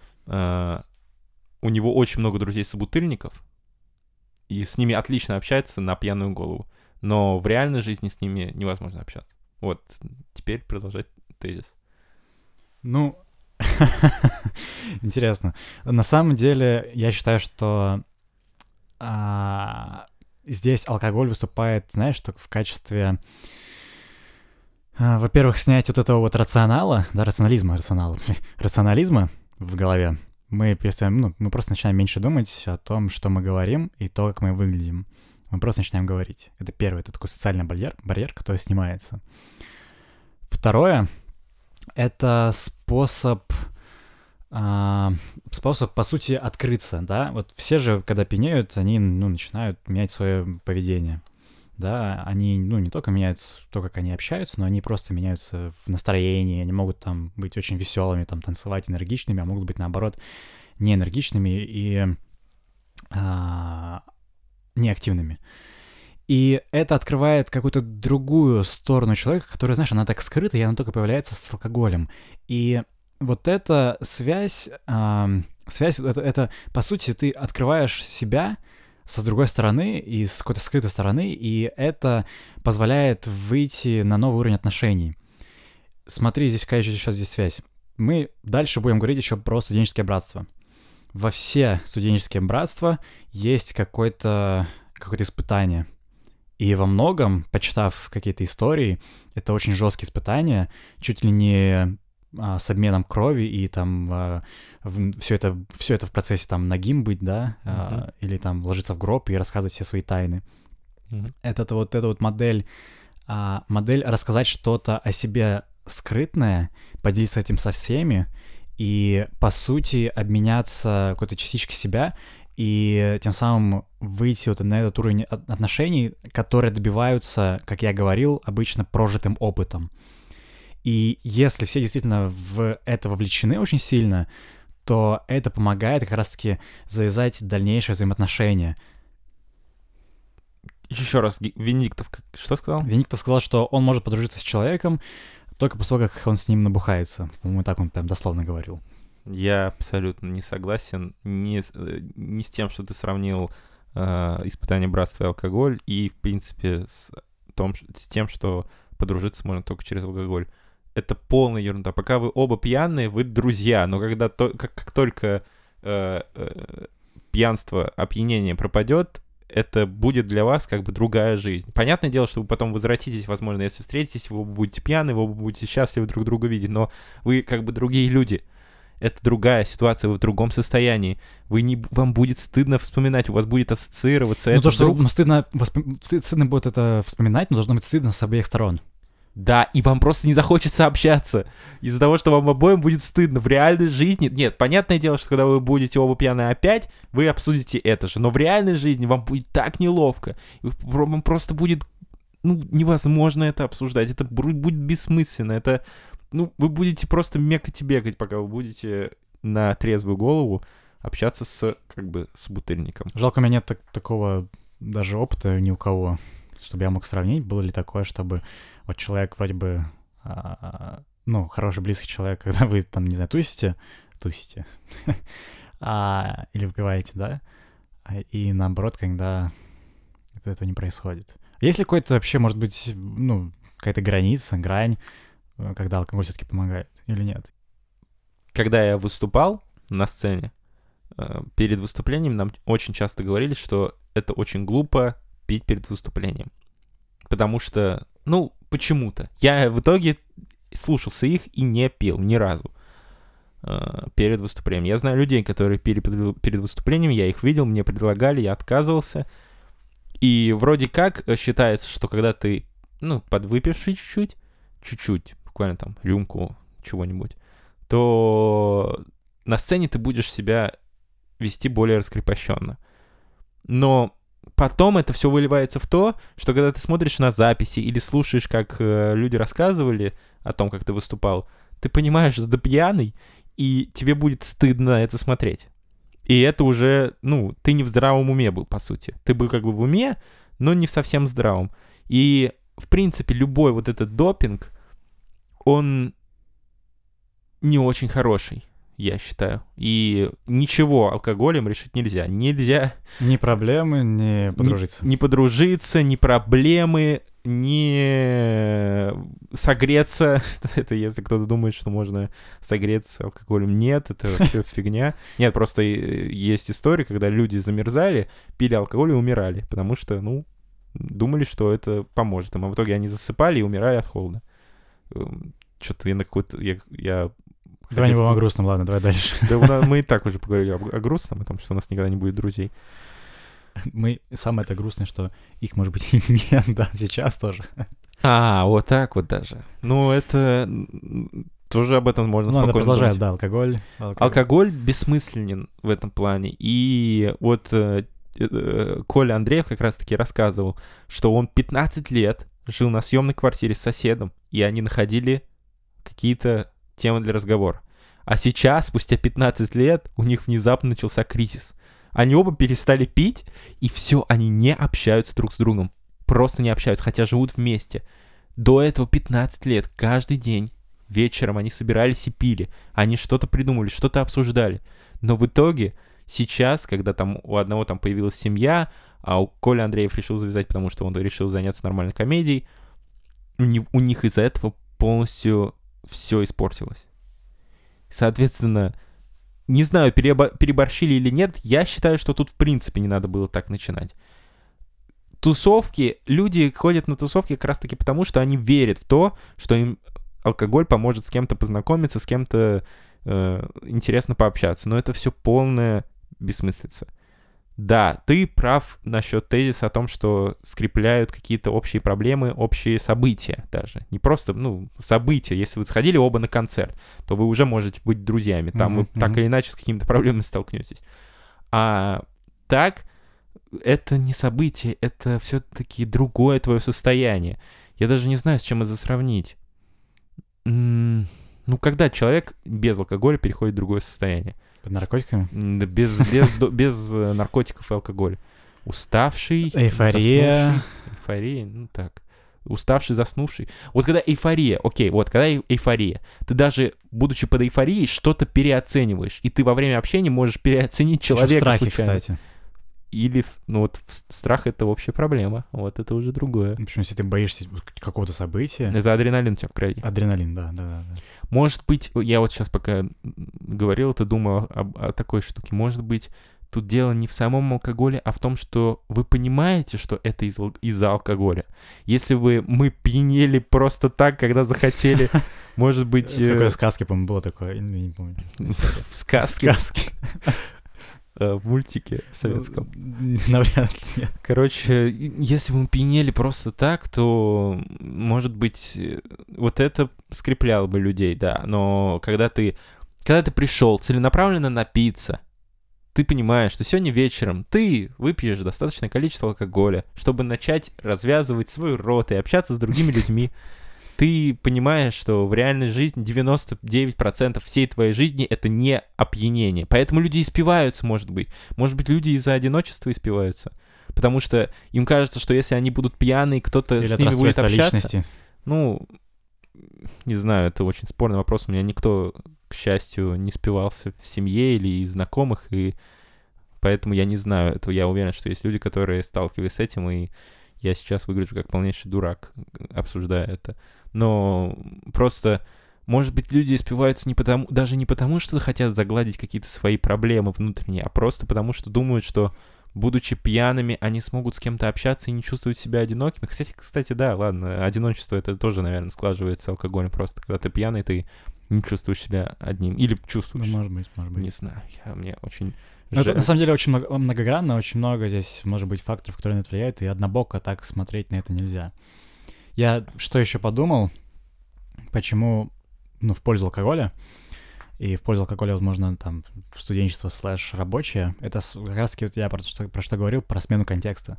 у него очень много друзей-собутыльников, и с ними отлично общается на пьяную голову, но в реальной жизни с ними невозможно общаться. Вот, теперь продолжать тезис. Ну... Интересно. На самом деле, я считаю, что здесь алкоголь выступает, знаешь, только в качестве, во-первых, снять вот этого вот рационализма в голове. Мы просто начинаем меньше думать о том, что мы говорим и то, как мы выглядим. Мы просто начинаем говорить. Это первое, это такой социальный барьер, который снимается. Второе, это способ, по сути, открыться, да, вот все же, когда пьянеют, они, начинают менять свое поведение, да, они, не только меняют то, как они общаются, но они просто меняются в настроении, они могут там быть очень веселыми, там, танцевать энергичными, а могут быть, наоборот, неэнергичными и неактивными. И это открывает какую-то другую сторону человека, которая, знаешь, она так скрыта, и она только появляется с алкоголем. И вот эта связь, это, по сути, ты открываешь себя с другой стороны и с какой-то скрытой стороны, и это позволяет выйти на новый уровень отношений. Смотри, какая еще здесь связь. Мы дальше будем говорить еще про студенческое братство. Во все студенческие братства есть какое-то испытание. И во многом, почитав какие-то истории, это очень жесткие испытания, чуть ли не с обменом крови и там все это в процессе там нагим быть, да, или там ложиться в гроб и рассказывать все свои тайны. Это вот модель рассказать что-то о себе скрытное, поделиться этим со всеми и, по сути, обменяться какой-то частичкой себя и тем самым выйти вот на этот уровень отношений, которые добиваются, как я говорил, обычно прожитым опытом. И если все действительно в это вовлечены очень сильно, то это помогает как раз-таки завязать дальнейшие взаимоотношения. Еще раз, Венедиктов что сказал? Венедиктов сказал, что он может подружиться с человеком только после того, как он с ним набухается. По-моему, так он прям дословно говорил. Я абсолютно не согласен ни с тем, что ты сравнил испытание братства и алкоголь, и, в принципе, с тем, что подружиться можно только через алкоголь. Это полная ерунда. Пока вы оба пьяные, вы друзья, но когда как только пьянство, опьянение пропадет, это будет для вас как бы другая жизнь. Понятное дело, что вы потом возвратитесь, возможно, если встретитесь, вы будете пьяны, вы будете счастливы друг друга видеть, но вы как бы другие люди. Это другая ситуация, вы в другом состоянии. Вам будет стыдно вспоминать, у вас будет ассоциироваться это. Ну, то, что стыдно будет это вспоминать, но должно быть стыдно с обеих сторон. Да, и вам просто не захочется общаться из-за того, что вам обоим будет стыдно. В реальной жизни... Нет, понятное дело, что когда вы будете оба пьяные опять, вы обсудите это же. Но в реальной жизни вам будет так неловко. Вам просто будет... невозможно это обсуждать. Это будет бессмысленно. Это... вы будете просто мекать и бегать, пока вы будете на трезвую голову общаться с собутыльником. Жалко, у меня нет такого даже опыта ни у кого, чтобы я мог сравнить. Было ли такое, чтобы вот человек вроде бы, хороший, близкий человек, когда вы там, не знаю, тусите, или выпиваете, да, и наоборот, когда этого не происходит. Есть ли какой-то вообще, может быть, какая-то грань, когда алкоголь все-таки помогает или нет? Когда я выступал на сцене, перед выступлением нам очень часто говорили, что это очень глупо пить перед выступлением. Потому что, почему-то. Я в итоге слушался их и не пил ни разу перед выступлением. Я знаю людей, которые пили перед выступлением, я их видел, мне предлагали, я отказывался. И вроде как считается, что когда ты, подвыпивший чуть-чуть, буквально там рюмку чего-нибудь, то на сцене ты будешь себя вести более раскрепощенно. Но потом это все выливается в то, что когда ты смотришь на записи или слушаешь, как люди рассказывали о том, как ты выступал, ты понимаешь, что ты пьяный, и тебе будет стыдно это смотреть. И это уже, ты не в здравом уме был, по сути. Ты был как бы в уме, но не в совсем здравом. И, в принципе, любой вот этот допинг, он не очень хороший, я считаю. И ничего алкоголем решить нельзя. Нельзя... Ни проблемы, ни подружиться. Ни подружиться, ни проблемы, ни согреться. Это если кто-то думает, что можно согреться алкоголем. Нет, это все фигня. Нет, просто есть истории, когда люди замерзали, пили алкоголь и умирали. Потому что, думали, что это поможет им. А в итоге они засыпали и умирали от холода. Что-то я на какой-то... Давай не будем о грустном, ладно, давай дальше. Да, мы и так уже поговорили о грустном, о том, что у нас никогда не будет друзей. Самое это грустное, что их, может быть, и нет, да, сейчас тоже. Вот так вот даже. Это... Тоже об этом можно спокойно продолжать, думать. Да, Алкоголь бессмысленен в этом плане. И вот Коля Андреев как раз-таки рассказывал, что он 15 лет жил на съемной квартире с соседом, и они находили какие-то темы для разговора. А сейчас, спустя 15 лет, у них внезапно начался кризис. Они оба перестали пить, и все, они не общаются друг с другом. Просто не общаются, хотя живут вместе. До этого 15 лет, каждый день, вечером они собирались и пили. Они что-то придумали, что-то обсуждали. Но в итоге, сейчас, когда там у одного там появилась семья, а у Коля Андреев решил завязать, потому что он решил заняться нормальной комедией, у них из-за этого полностью все испортилось. Соответственно, не знаю, переборщили или нет, я считаю, что тут в принципе не надо было так начинать. Тусовки, люди ходят на тусовки как раз-таки потому, что они верят в то, что им алкоголь поможет с кем-то познакомиться, с кем-то интересно пообщаться. Но это все полная бессмыслица. Да, ты прав насчет тезиса о том, что скрепляют какие-то общие проблемы, общие события даже. Не просто, события. Если вы сходили оба на концерт, то вы уже можете быть друзьями. Там вы так или иначе с какими-то проблемами столкнетесь. А так, это не событие, это все-таки другое твое состояние. Я даже не знаю, с чем это сравнить. Когда человек без алкоголя переходит в другое состояние. Под наркотиками? Да, без наркотиков и алкоголя. Уставший, эйфория. Заснувший. Эйфория, так. Уставший, заснувший. Вот когда эйфория, когда эйфория, ты даже, будучи под эйфорией, что-то переоцениваешь. И ты во время общения можешь переоценить человека. Еще страхи, случайно. кстати. Или, страх — это общая проблема. Вот это уже другое. Почему, если ты боишься какого-то события... Это адреналин у тебя в крови. Адреналин, да. Может быть, я вот сейчас пока говорил это, думал о такой штуке. Может быть, тут дело не в самом алкоголе, а в том, что вы понимаете, что это из-за алкоголя. Если бы мы пьянели просто так, когда захотели, может быть... В какой сказке, по-моему, было такое? Я не помню. В сказке. В мультике советском. Навряд ли. Короче, если бы мы пьянели просто так, то, может быть, вот это скрепляло бы людей, да. Но когда ты пришел целенаправленно напиться, ты понимаешь, что сегодня вечером ты выпьешь достаточное количество алкоголя, чтобы начать развязывать свой рот и общаться с другими людьми. Ты понимаешь, что в реальной жизни 99% всей твоей жизни — это не опьянение. Поэтому люди испиваются, может быть. Может быть, люди из-за одиночества испиваются. Потому что им кажется, что если они будут пьяные, кто-то или с ними будет общаться. Личности. Не знаю, это очень спорный вопрос. У меня никто, к счастью, не спивался в семье или из знакомых, и поэтому я не знаю этого. Я уверен, что есть люди, которые сталкиваются с этим, и я сейчас выгляжу как полнейший дурак, обсуждая это. Но просто, может быть, люди испиваются даже не потому, что хотят загладить какие-то свои проблемы внутренние, а просто потому, что думают, что, будучи пьяными, они смогут с кем-то общаться и не чувствовать себя одинокими. Кстати, да, ладно, одиночество — это тоже, наверное, складывается алкоголем просто. Когда ты пьяный, ты не чувствуешь себя одним. Или чувствуешь. Может быть. Не знаю, мне очень... Это, на самом деле, очень многогранно, очень много здесь может быть факторов, которые на это влияют, и однобоко так смотреть на это нельзя. Я что еще подумал, почему, в пользу алкоголя, и в пользу алкоголя, возможно, там, студенчество / рабочее, это как раз-таки я про что говорил, про смену контекста.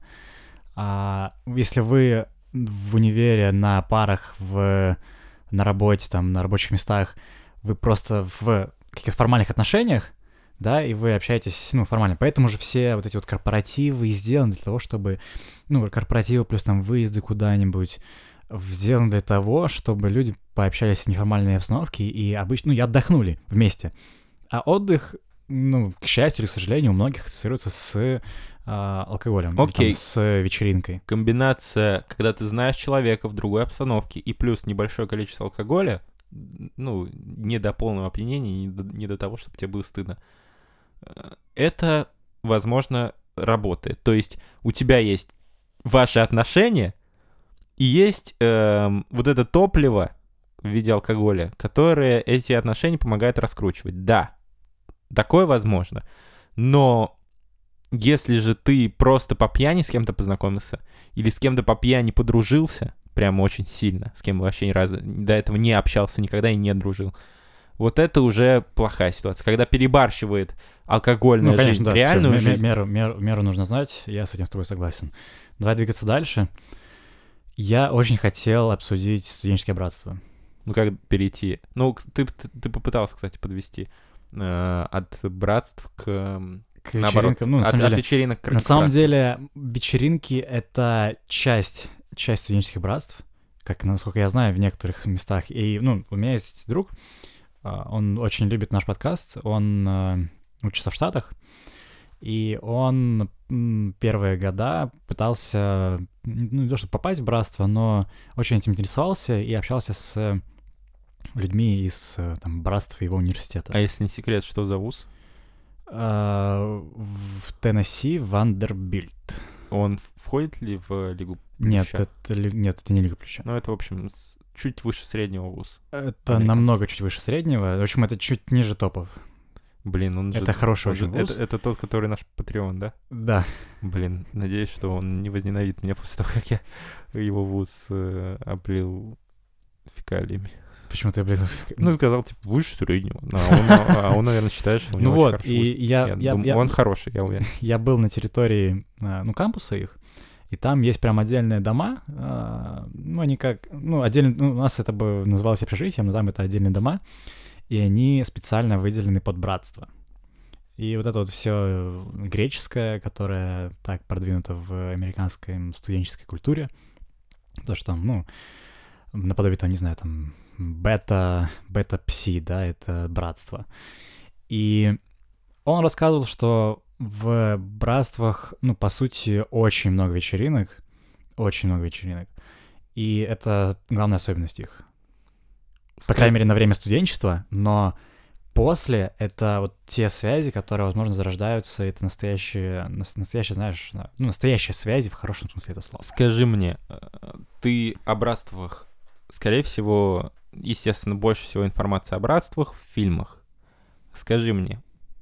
Если вы в универе, на парах, на работе, там, на рабочих местах, вы просто в каких-то формальных отношениях, да, и вы общаетесь, формально. Поэтому же все вот эти вот корпоративы сделаны для того, чтобы, корпоративы плюс там выезды куда-нибудь сделаны для того, чтобы люди пообщались в неформальной обстановке и и отдохнули вместе. А отдых, к счастью или к сожалению, у многих ассоциируется с алкоголем, Окей. С вечеринкой. Комбинация, когда ты знаешь человека в другой обстановке и плюс небольшое количество алкоголя, не до полного опьянения, не до того, чтобы тебе было стыдно. Это, возможно, работает. То есть у тебя есть ваши отношения и есть вот это топливо в виде алкоголя, которое эти отношения помогает раскручивать. Да, такое возможно. Но если же ты просто по пьяни с кем-то познакомился или с кем-то по пьяни подружился, прямо очень сильно, с кем вообще ни разу до этого не общался никогда и не дружил, вот это уже плохая ситуация. Когда перебарщивает алкогольная жизнь, да, реальную жизнь. Меру нужно знать, я с этим с тобой согласен. Давай двигаться дальше. Я очень хотел обсудить студенческое братство. Как перейти? Ты попытался, кстати, подвести от братств к вечеринкам. Наоборот, от вечеринок к на самом деле, вечеринки — это часть студенческих братств, как, насколько я знаю, в некоторых местах. И, у меня есть друг, он очень любит наш подкаст, он учится в Штатах, и он первые года пытался, не то чтобы попасть в братство, но очень этим интересовался и общался с людьми из братства его университета. А если не секрет, что за вуз? В Теннесси Вандербильт. Он входит ли в Лигу Плюща? Нет, это не Лига Плюща. Это, в общем, чуть выше среднего вуз. Это намного чуть выше среднего. В общем, это чуть ниже топов. Блин, он же... Это хороший он же- очень вуз. Это тот, который наш Patreon, да? Да. Блин, надеюсь, что он не возненавидит меня после того, как я его вуз облил фекалиями. Почему ты, блин... Ну, сказал, типа, выше среднего. Он, наверное, считает, что у Ну него вот, очень хороший и вуз. Я думаю, он хороший, я уверен. я был на территории, кампуса их, и там есть прям отдельные дома, они как, отдельно, у нас это бы называлось общежитием, но там это отдельные дома, и они специально выделены под братство. И вот это вот все греческое, которое так продвинуто в американской студенческой культуре, то, что там, наподобие, там, не знаю, там, бета-пси, да, это братство. И он рассказывал, что в братствах, по сути, очень много вечеринок, и это главная особенность их. По крайней мере, на время студенчества, но после это вот те связи, которые, возможно, зарождаются, это настоящие, знаешь, настоящие связи в хорошем смысле этого слова. Скажи мне, ты о братствах, скорее всего, естественно, больше всего информации о братствах в фильмах. Скажи мне,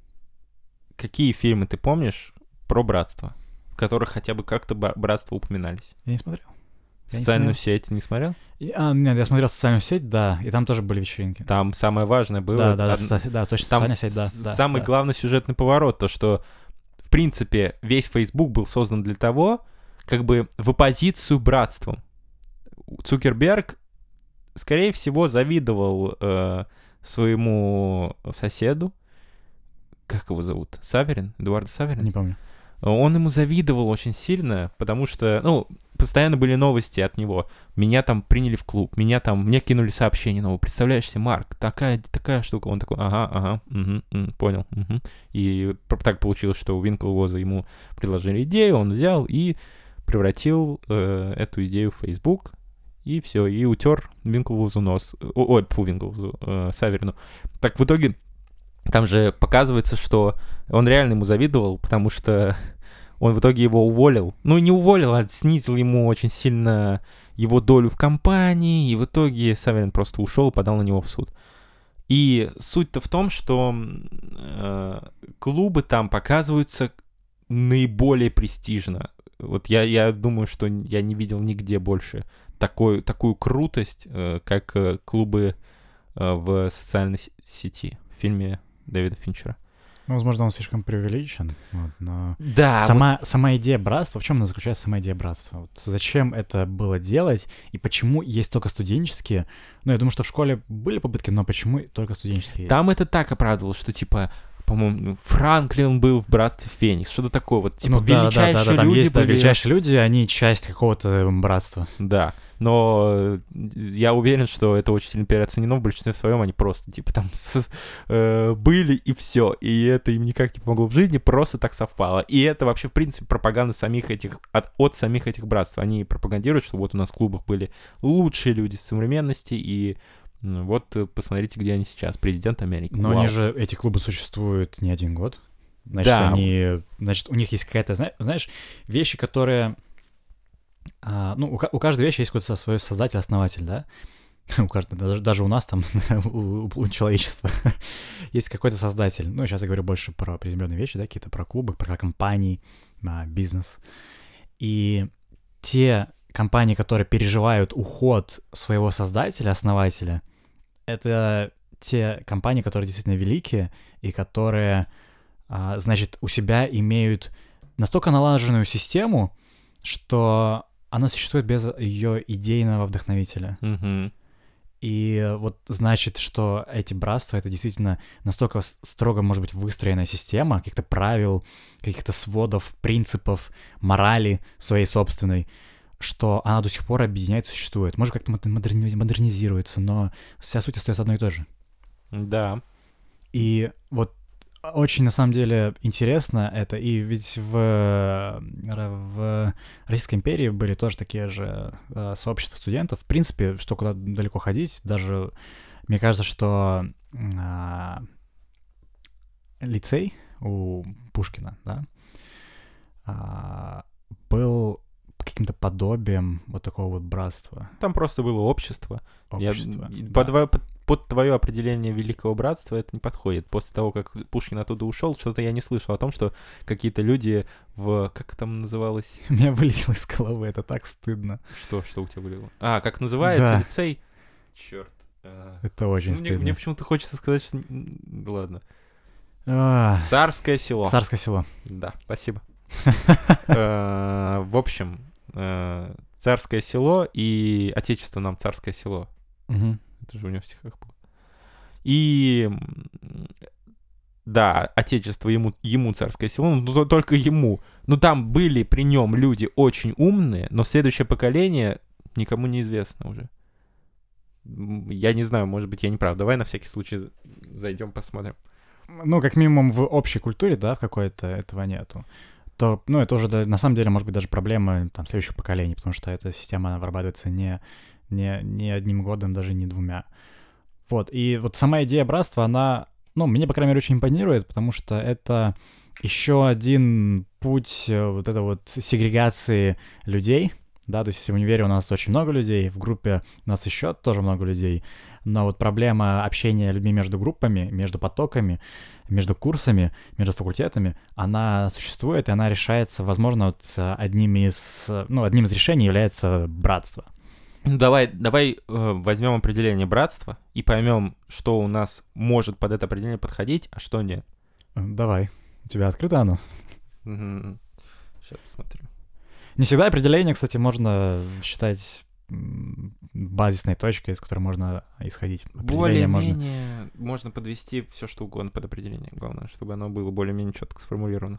какие фильмы ты помнишь про братство, в которых хотя бы как-то братства упоминались? Я не смотрел. Социальную сеть не смотрел? Нет, я смотрел социальную сеть, да, и там тоже были вечеринки. Там самое важное было... Да, точно, социальная сеть, да. Самый главный сюжетный поворот, то, что, в принципе, весь Facebook был создан для того, как бы в оппозицию братству. Цукерберг, скорее всего, завидовал своему соседу. Как его зовут? Саверин? Эдуард Саверин? Не помню. Он ему завидовал очень сильно, потому что, постоянно были новости от него. Меня там приняли в клуб, мне кинули сообщение, представляешь себе, Марк, такая штука. Он такой, понял. И так получилось, что у Винклвоза ему предложили идею, он взял и превратил эту идею в Facebook, и все, и утер Винклвозу нос. Саверину. Так в итоге там же показывается, что он реально ему завидовал, потому что он в итоге его уволил. Не уволил, а снизил ему очень сильно его долю в компании, и в итоге Саверин просто ушел и подал на него в суд. И суть-то в том, что клубы там показываются наиболее престижно. Вот я думаю, что я не видел нигде больше такую крутость, как клубы в социальной сети в фильме Дэвида Финчера. Возможно, он слишком преувеличен, но да, сама идея братства, в чем она заключается, сама идея братства? Зачем это было делать, и почему есть только студенческие? Я думаю, что в школе были попытки, но почему только студенческие там это так оправдывалось, что, по-моему, Франклин был в братстве Феникс, что-то такое, величайшие там люди есть, были... величайшие люди, они часть какого-то братства. Да, но я уверен, что это очень сильно переоценено, в большинстве своем они просто, были и все, и это им никак не помогло в жизни, просто так совпало. И это вообще, в принципе, пропаганда от самих этих братств. Они пропагандируют, что вот у нас в клубах были лучшие люди современности, и вот посмотрите, где они сейчас, президент Америки. Но Вау. эти клубы существуют не один год. Значит, у них есть какая-то, знаешь, вещи, которые... у каждой вещи есть какой-то свой создатель-основатель, да? У каждого, даже у нас там, у человечества, есть какой-то создатель. Сейчас я говорю больше про приземленные вещи, да, какие-то про клубы, про компании, бизнес. И те компании, которые переживают уход своего создателя, основателя, это те компании, которые действительно великие и которые, значит, у себя имеют настолько налаженную систему, что она существует без ее идейного вдохновителя. Mm-hmm. И вот значит, что эти братства — это действительно настолько строго, может быть, выстроенная система каких-то правил, каких-то сводов, принципов, морали своей собственной, что она до сих пор объединяет, существует. Может, как-то модернизируется, но вся суть остается одной и той же. Да. И вот очень, на самом деле, интересно это. И ведь в Российской империи были тоже такие же сообщества студентов. В принципе, что куда далеко ходить, даже мне кажется, что лицей у Пушкина, да, был каким-то подобием вот такого вот братства. Там просто было общество. под твое определение Великого Братства это не подходит. После того, как Пушкин оттуда ушел, что-то я не слышал о том, что какие-то люди как там называлось? У меня вылетело из головы, это так стыдно. Что у тебя было? Как называется? Да. Лицей? Черт. Это очень стыдно. Мне почему-то хочется сказать, что... Ладно. А, Царское село. Царское село. Да, спасибо. В общем, Царское село и Отечество нам Царское село. Мгм. Это же у него в стихах было. И да, Отечество ему Царское село, но только ему. Ну там были при нем люди очень умные, но следующее поколение никому не известно уже. Я не знаю, может быть, я не прав. Давай на всякий случай зайдем, посмотрим. Ну, как минимум в общей культуре, да, в какой-то этого нету. То, ну, это уже, на самом деле, может быть, даже проблема там следующих поколений, потому что эта система, она вырабатывается не одним годом, даже не 2. Вот, и вот сама идея братства, она, ну, мне, по крайней мере, очень импонирует, потому что это еще один путь вот этой вот сегрегации людей, да, то есть в универе у нас очень много людей, в группе у нас еще тоже много людей, но вот проблема общения людьми между группами, между потоками, между курсами, между факультетами, она существует, и она решается, возможно, вот одним из решений является братство. Давай возьмем определение братства и поймем, что у нас может под это определение подходить, а что нет. Давай. У тебя открыто оно? Сейчас посмотрю. Не всегда определение, кстати, можно считать базисной точкой, из которой можно исходить. Более-менее можно подвести все, что угодно под определение. Главное, чтобы оно было более-менее четко сформулировано.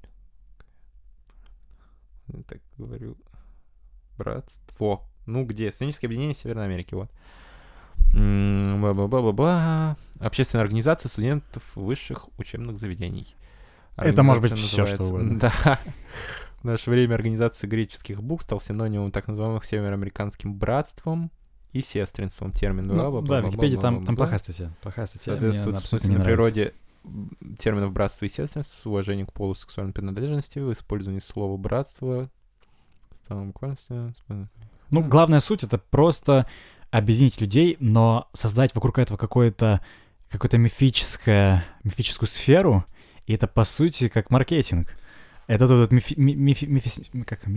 Так говорю. Братство. Ну, где? Студенческое объединение Северной Америки, вот. Общественная организация студентов высших учебных заведений. Это может быть все, что угодно. Да. В наше время организация греческих букв стал синонимом так называемых североамериканским братством и сестринством. Термин. Да, в Википедии там плохая статья. Соответствует, в смысле, на природе терминов братство и сестринство с уважением к полу сексуальной принадлежности, в использовании слова братство. Ну, главная суть — это просто объединить людей, но создать вокруг этого какую-то мифическую сферу, и это, по сути, как маркетинг. Это тут мифистикация?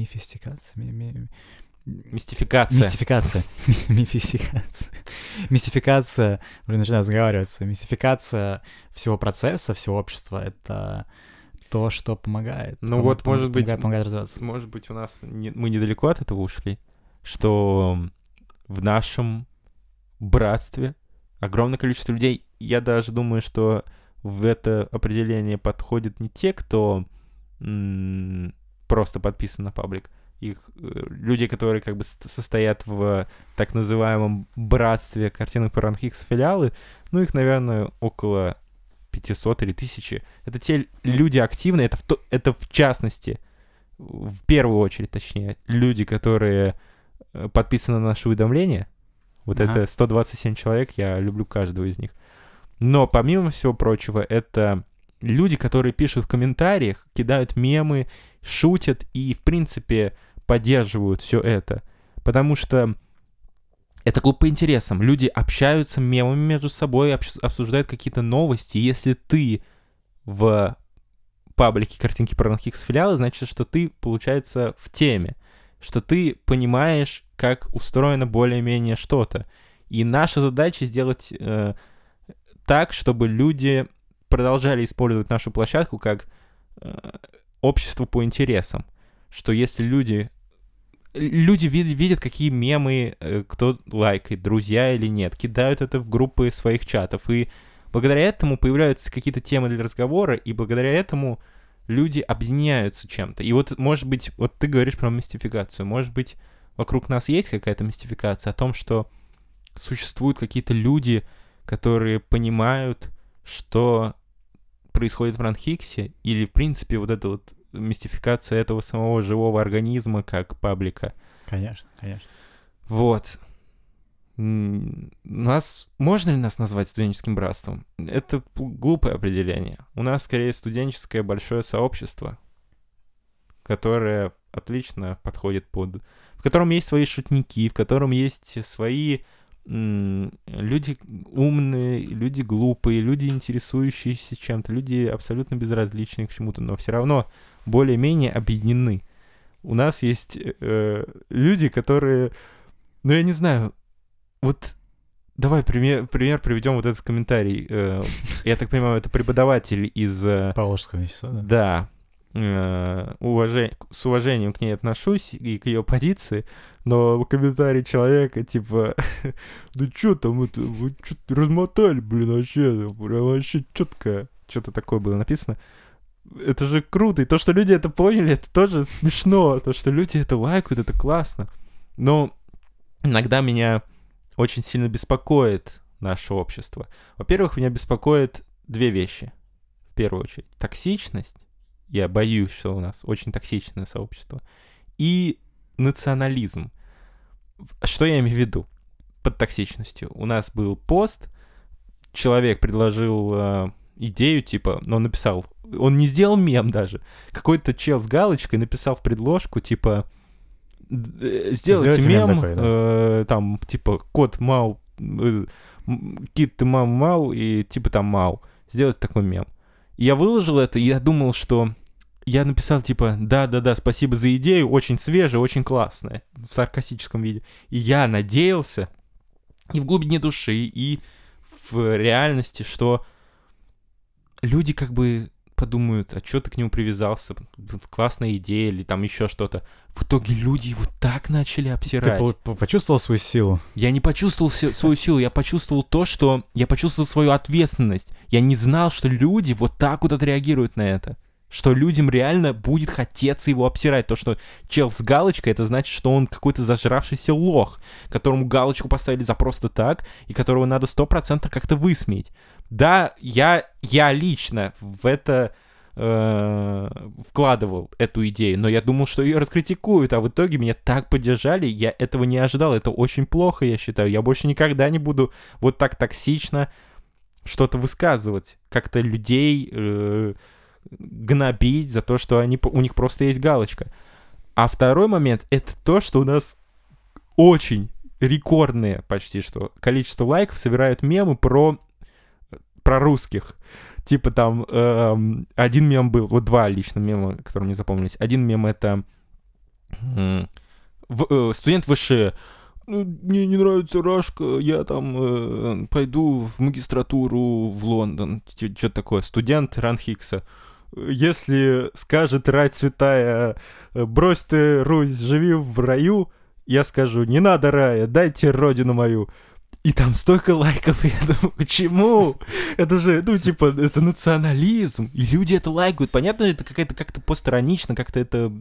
Мистификация, начинаю разговариваться. Мистификация всего процесса, всего общества — это то, что помогает. Ну вот, может быть, помогает развиваться. Может быть, у нас мы недалеко от этого ушли, что в нашем братстве огромное количество людей. Я даже думаю, что в это определение подходят не те, кто просто подписан на паблик. Люди, которые как бы состоят в так называемом братстве картинок Паранхикс филиалы, ну, их, наверное, около 500 или 1000. Это те люди активные, это в частности, в первую очередь, точнее, люди, которые подписаны на наши уведомления. Вот это 127 человек, я люблю каждого из них. Но помимо всего прочего, это люди, которые пишут в комментариях, кидают мемы, шутят и, в принципе, поддерживают все это. Потому что это клуб по интересам. Люди общаются мемами между собой, обсуждают какие-то новости. Если ты в паблике картинки Паранхикс филиалы, значит, что ты, получается, в теме. Что ты понимаешь, как устроено более-менее что-то. И наша задача сделать так, чтобы люди продолжали использовать нашу площадку как общество по интересам. Что если люди видят, какие мемы кто лайкает, друзья или нет, кидают это в группы своих чатов, и благодаря этому появляются какие-то темы для разговора, и благодаря этому люди объединяются чем-то. И вот, может быть, вот ты говоришь про мистификацию, может быть, вокруг нас есть какая-то мистификация о том, что существуют какие-то люди, которые понимают, что происходит в Ранхиксе, или, в принципе, вот эта вот мистификация этого самого живого организма, как паблика. Конечно. Вот. Можно ли нас назвать студенческим братством? Это глупое определение. У нас, скорее, студенческое большое сообщество, которое отлично подходит в котором есть свои шутники, в котором есть свои люди умные, люди глупые, люди, интересующиеся чем-то, люди абсолютно безразличные к чему-то, но все равно более-менее объединены. У нас есть люди, которые, ну, я не знаю, вот давай пример приведем вот этот комментарий. Я так понимаю, это преподаватель из... Павловского института, да? Да. С уважением к ней отношусь и к ее позиции, но комментарий человека, типа, да чё там это, вы что-то размотали, блин, вообще, прям вообще четко, что-то такое было написано. Это же круто, и то, что люди это поняли, это тоже смешно, то, что люди это лайкают, это классно. Но иногда меня очень сильно беспокоит наше общество. Во-первых, меня беспокоит две вещи. В первую очередь, токсичность. Я боюсь, что у нас очень токсичное сообщество. И национализм. Что я имею в виду под токсичностью? У нас был пост, человек предложил идею, типа, он написал, он не сделал мем даже. Какой-то чел с галочкой написал в предложку, типа, сделайте мем такой, да? Там, типа, кот мау, кит ты мау, и типа там мау. Сделайте такой мем. И я выложил это, и я думал, что... Я написал, типа, да-да-да, спасибо за идею, очень свежая, очень классная, в саркастическом виде. И я надеялся, и в глубине души, и в реальности, что люди как бы подумают, а что ты к нему привязался, классная идея или там еще что-то. В итоге люди его так начали обсирать. Ты почувствовал свою силу? Я не почувствовал свою силу, я почувствовал то, что... Я почувствовал свою ответственность. Я не знал, что люди вот так вот отреагируют на это. Что людям реально будет хотеться его обсирать. То, что чел с галочкой, это значит, что он какой-то зажравшийся лох, которому галочку поставили за просто так, и которого надо 100% как-то высмеять. Да, я лично в это вкладывал эту идею, но я думал, что ее раскритикуют, а в итоге меня так поддержали, я этого не ожидал. Это очень плохо, я считаю. Я больше никогда не буду вот так токсично что-то высказывать. Как-то людей... гнобить за то, что у них просто есть галочка. А второй момент — это то, что у нас очень рекордное почти что количество лайков собирают мемы про русских. Типа там один мем был, вот два лично мема, которые мне запомнились. Один мем — это студент ВШ. Мне не нравится Рашка, я там пойду в магистратуру в Лондон. Что-то такое. Студент Ранхикса. Если скажет рать святая, брось ты, Русь, живи в раю, я скажу, не надо рая, дайте родину мою. И там столько лайков, и я думаю, почему? Это же, ну, типа, это национализм, и люди это лайкают. Понятно, это какая-то как-то постиронично, как-то это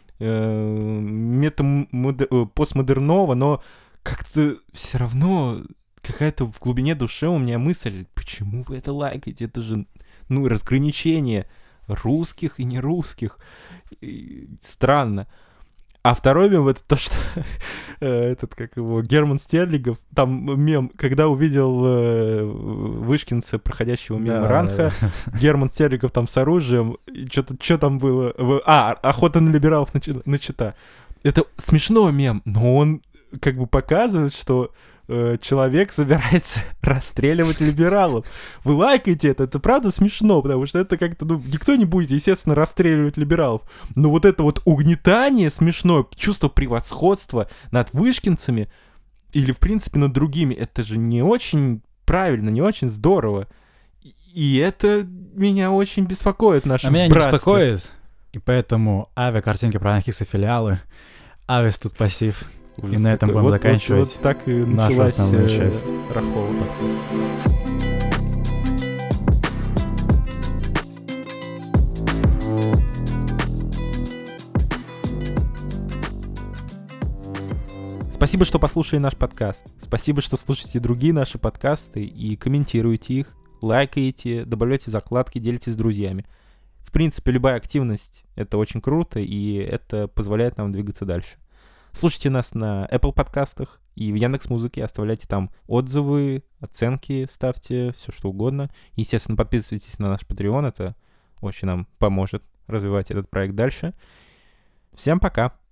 постмодерново, но как-то все равно какая-то в глубине души у меня мысль, почему вы это лайкаете? Это же, ну, разграничение русских и нерусских. Странно. А второй мем — это то, что Герман Стерлигов, там мем, когда увидел вышкинца, проходящего мимо Ранха, Герман Стерлигов там с оружием, что там было? Охота на либералов начата. Это смешной мем, но он как бы показывает, что человек собирается расстреливать либералов. Вы лайкаете это правда смешно, потому что это как-то, ну, никто не будет, естественно, расстреливать либералов. Но вот это вот угнетание смешное, чувство превосходства над вышкинцами или, в принципе, над другими, это же не очень правильно, не очень здорово. И это меня очень беспокоит в нашем братстве. А меня не беспокоит, и поэтому авиакартинки про Ранхикса филиалы, авиас тут пассив. И на этом будем заканчивать вот так и нашу основную часть. Рахова подкаста. Спасибо, что послушали наш подкаст. Спасибо, что слушаете другие наши подкасты и комментируете их, лайкаете, добавляете закладки, делитесь с друзьями. В принципе, любая активность — это очень круто, и это позволяет нам двигаться дальше. Слушайте нас на Apple подкастах и в Яндекс.Музыке, оставляйте там отзывы, оценки, ставьте, все что угодно. Естественно, подписывайтесь на наш Patreon, это очень нам поможет развивать этот проект дальше. Всем пока!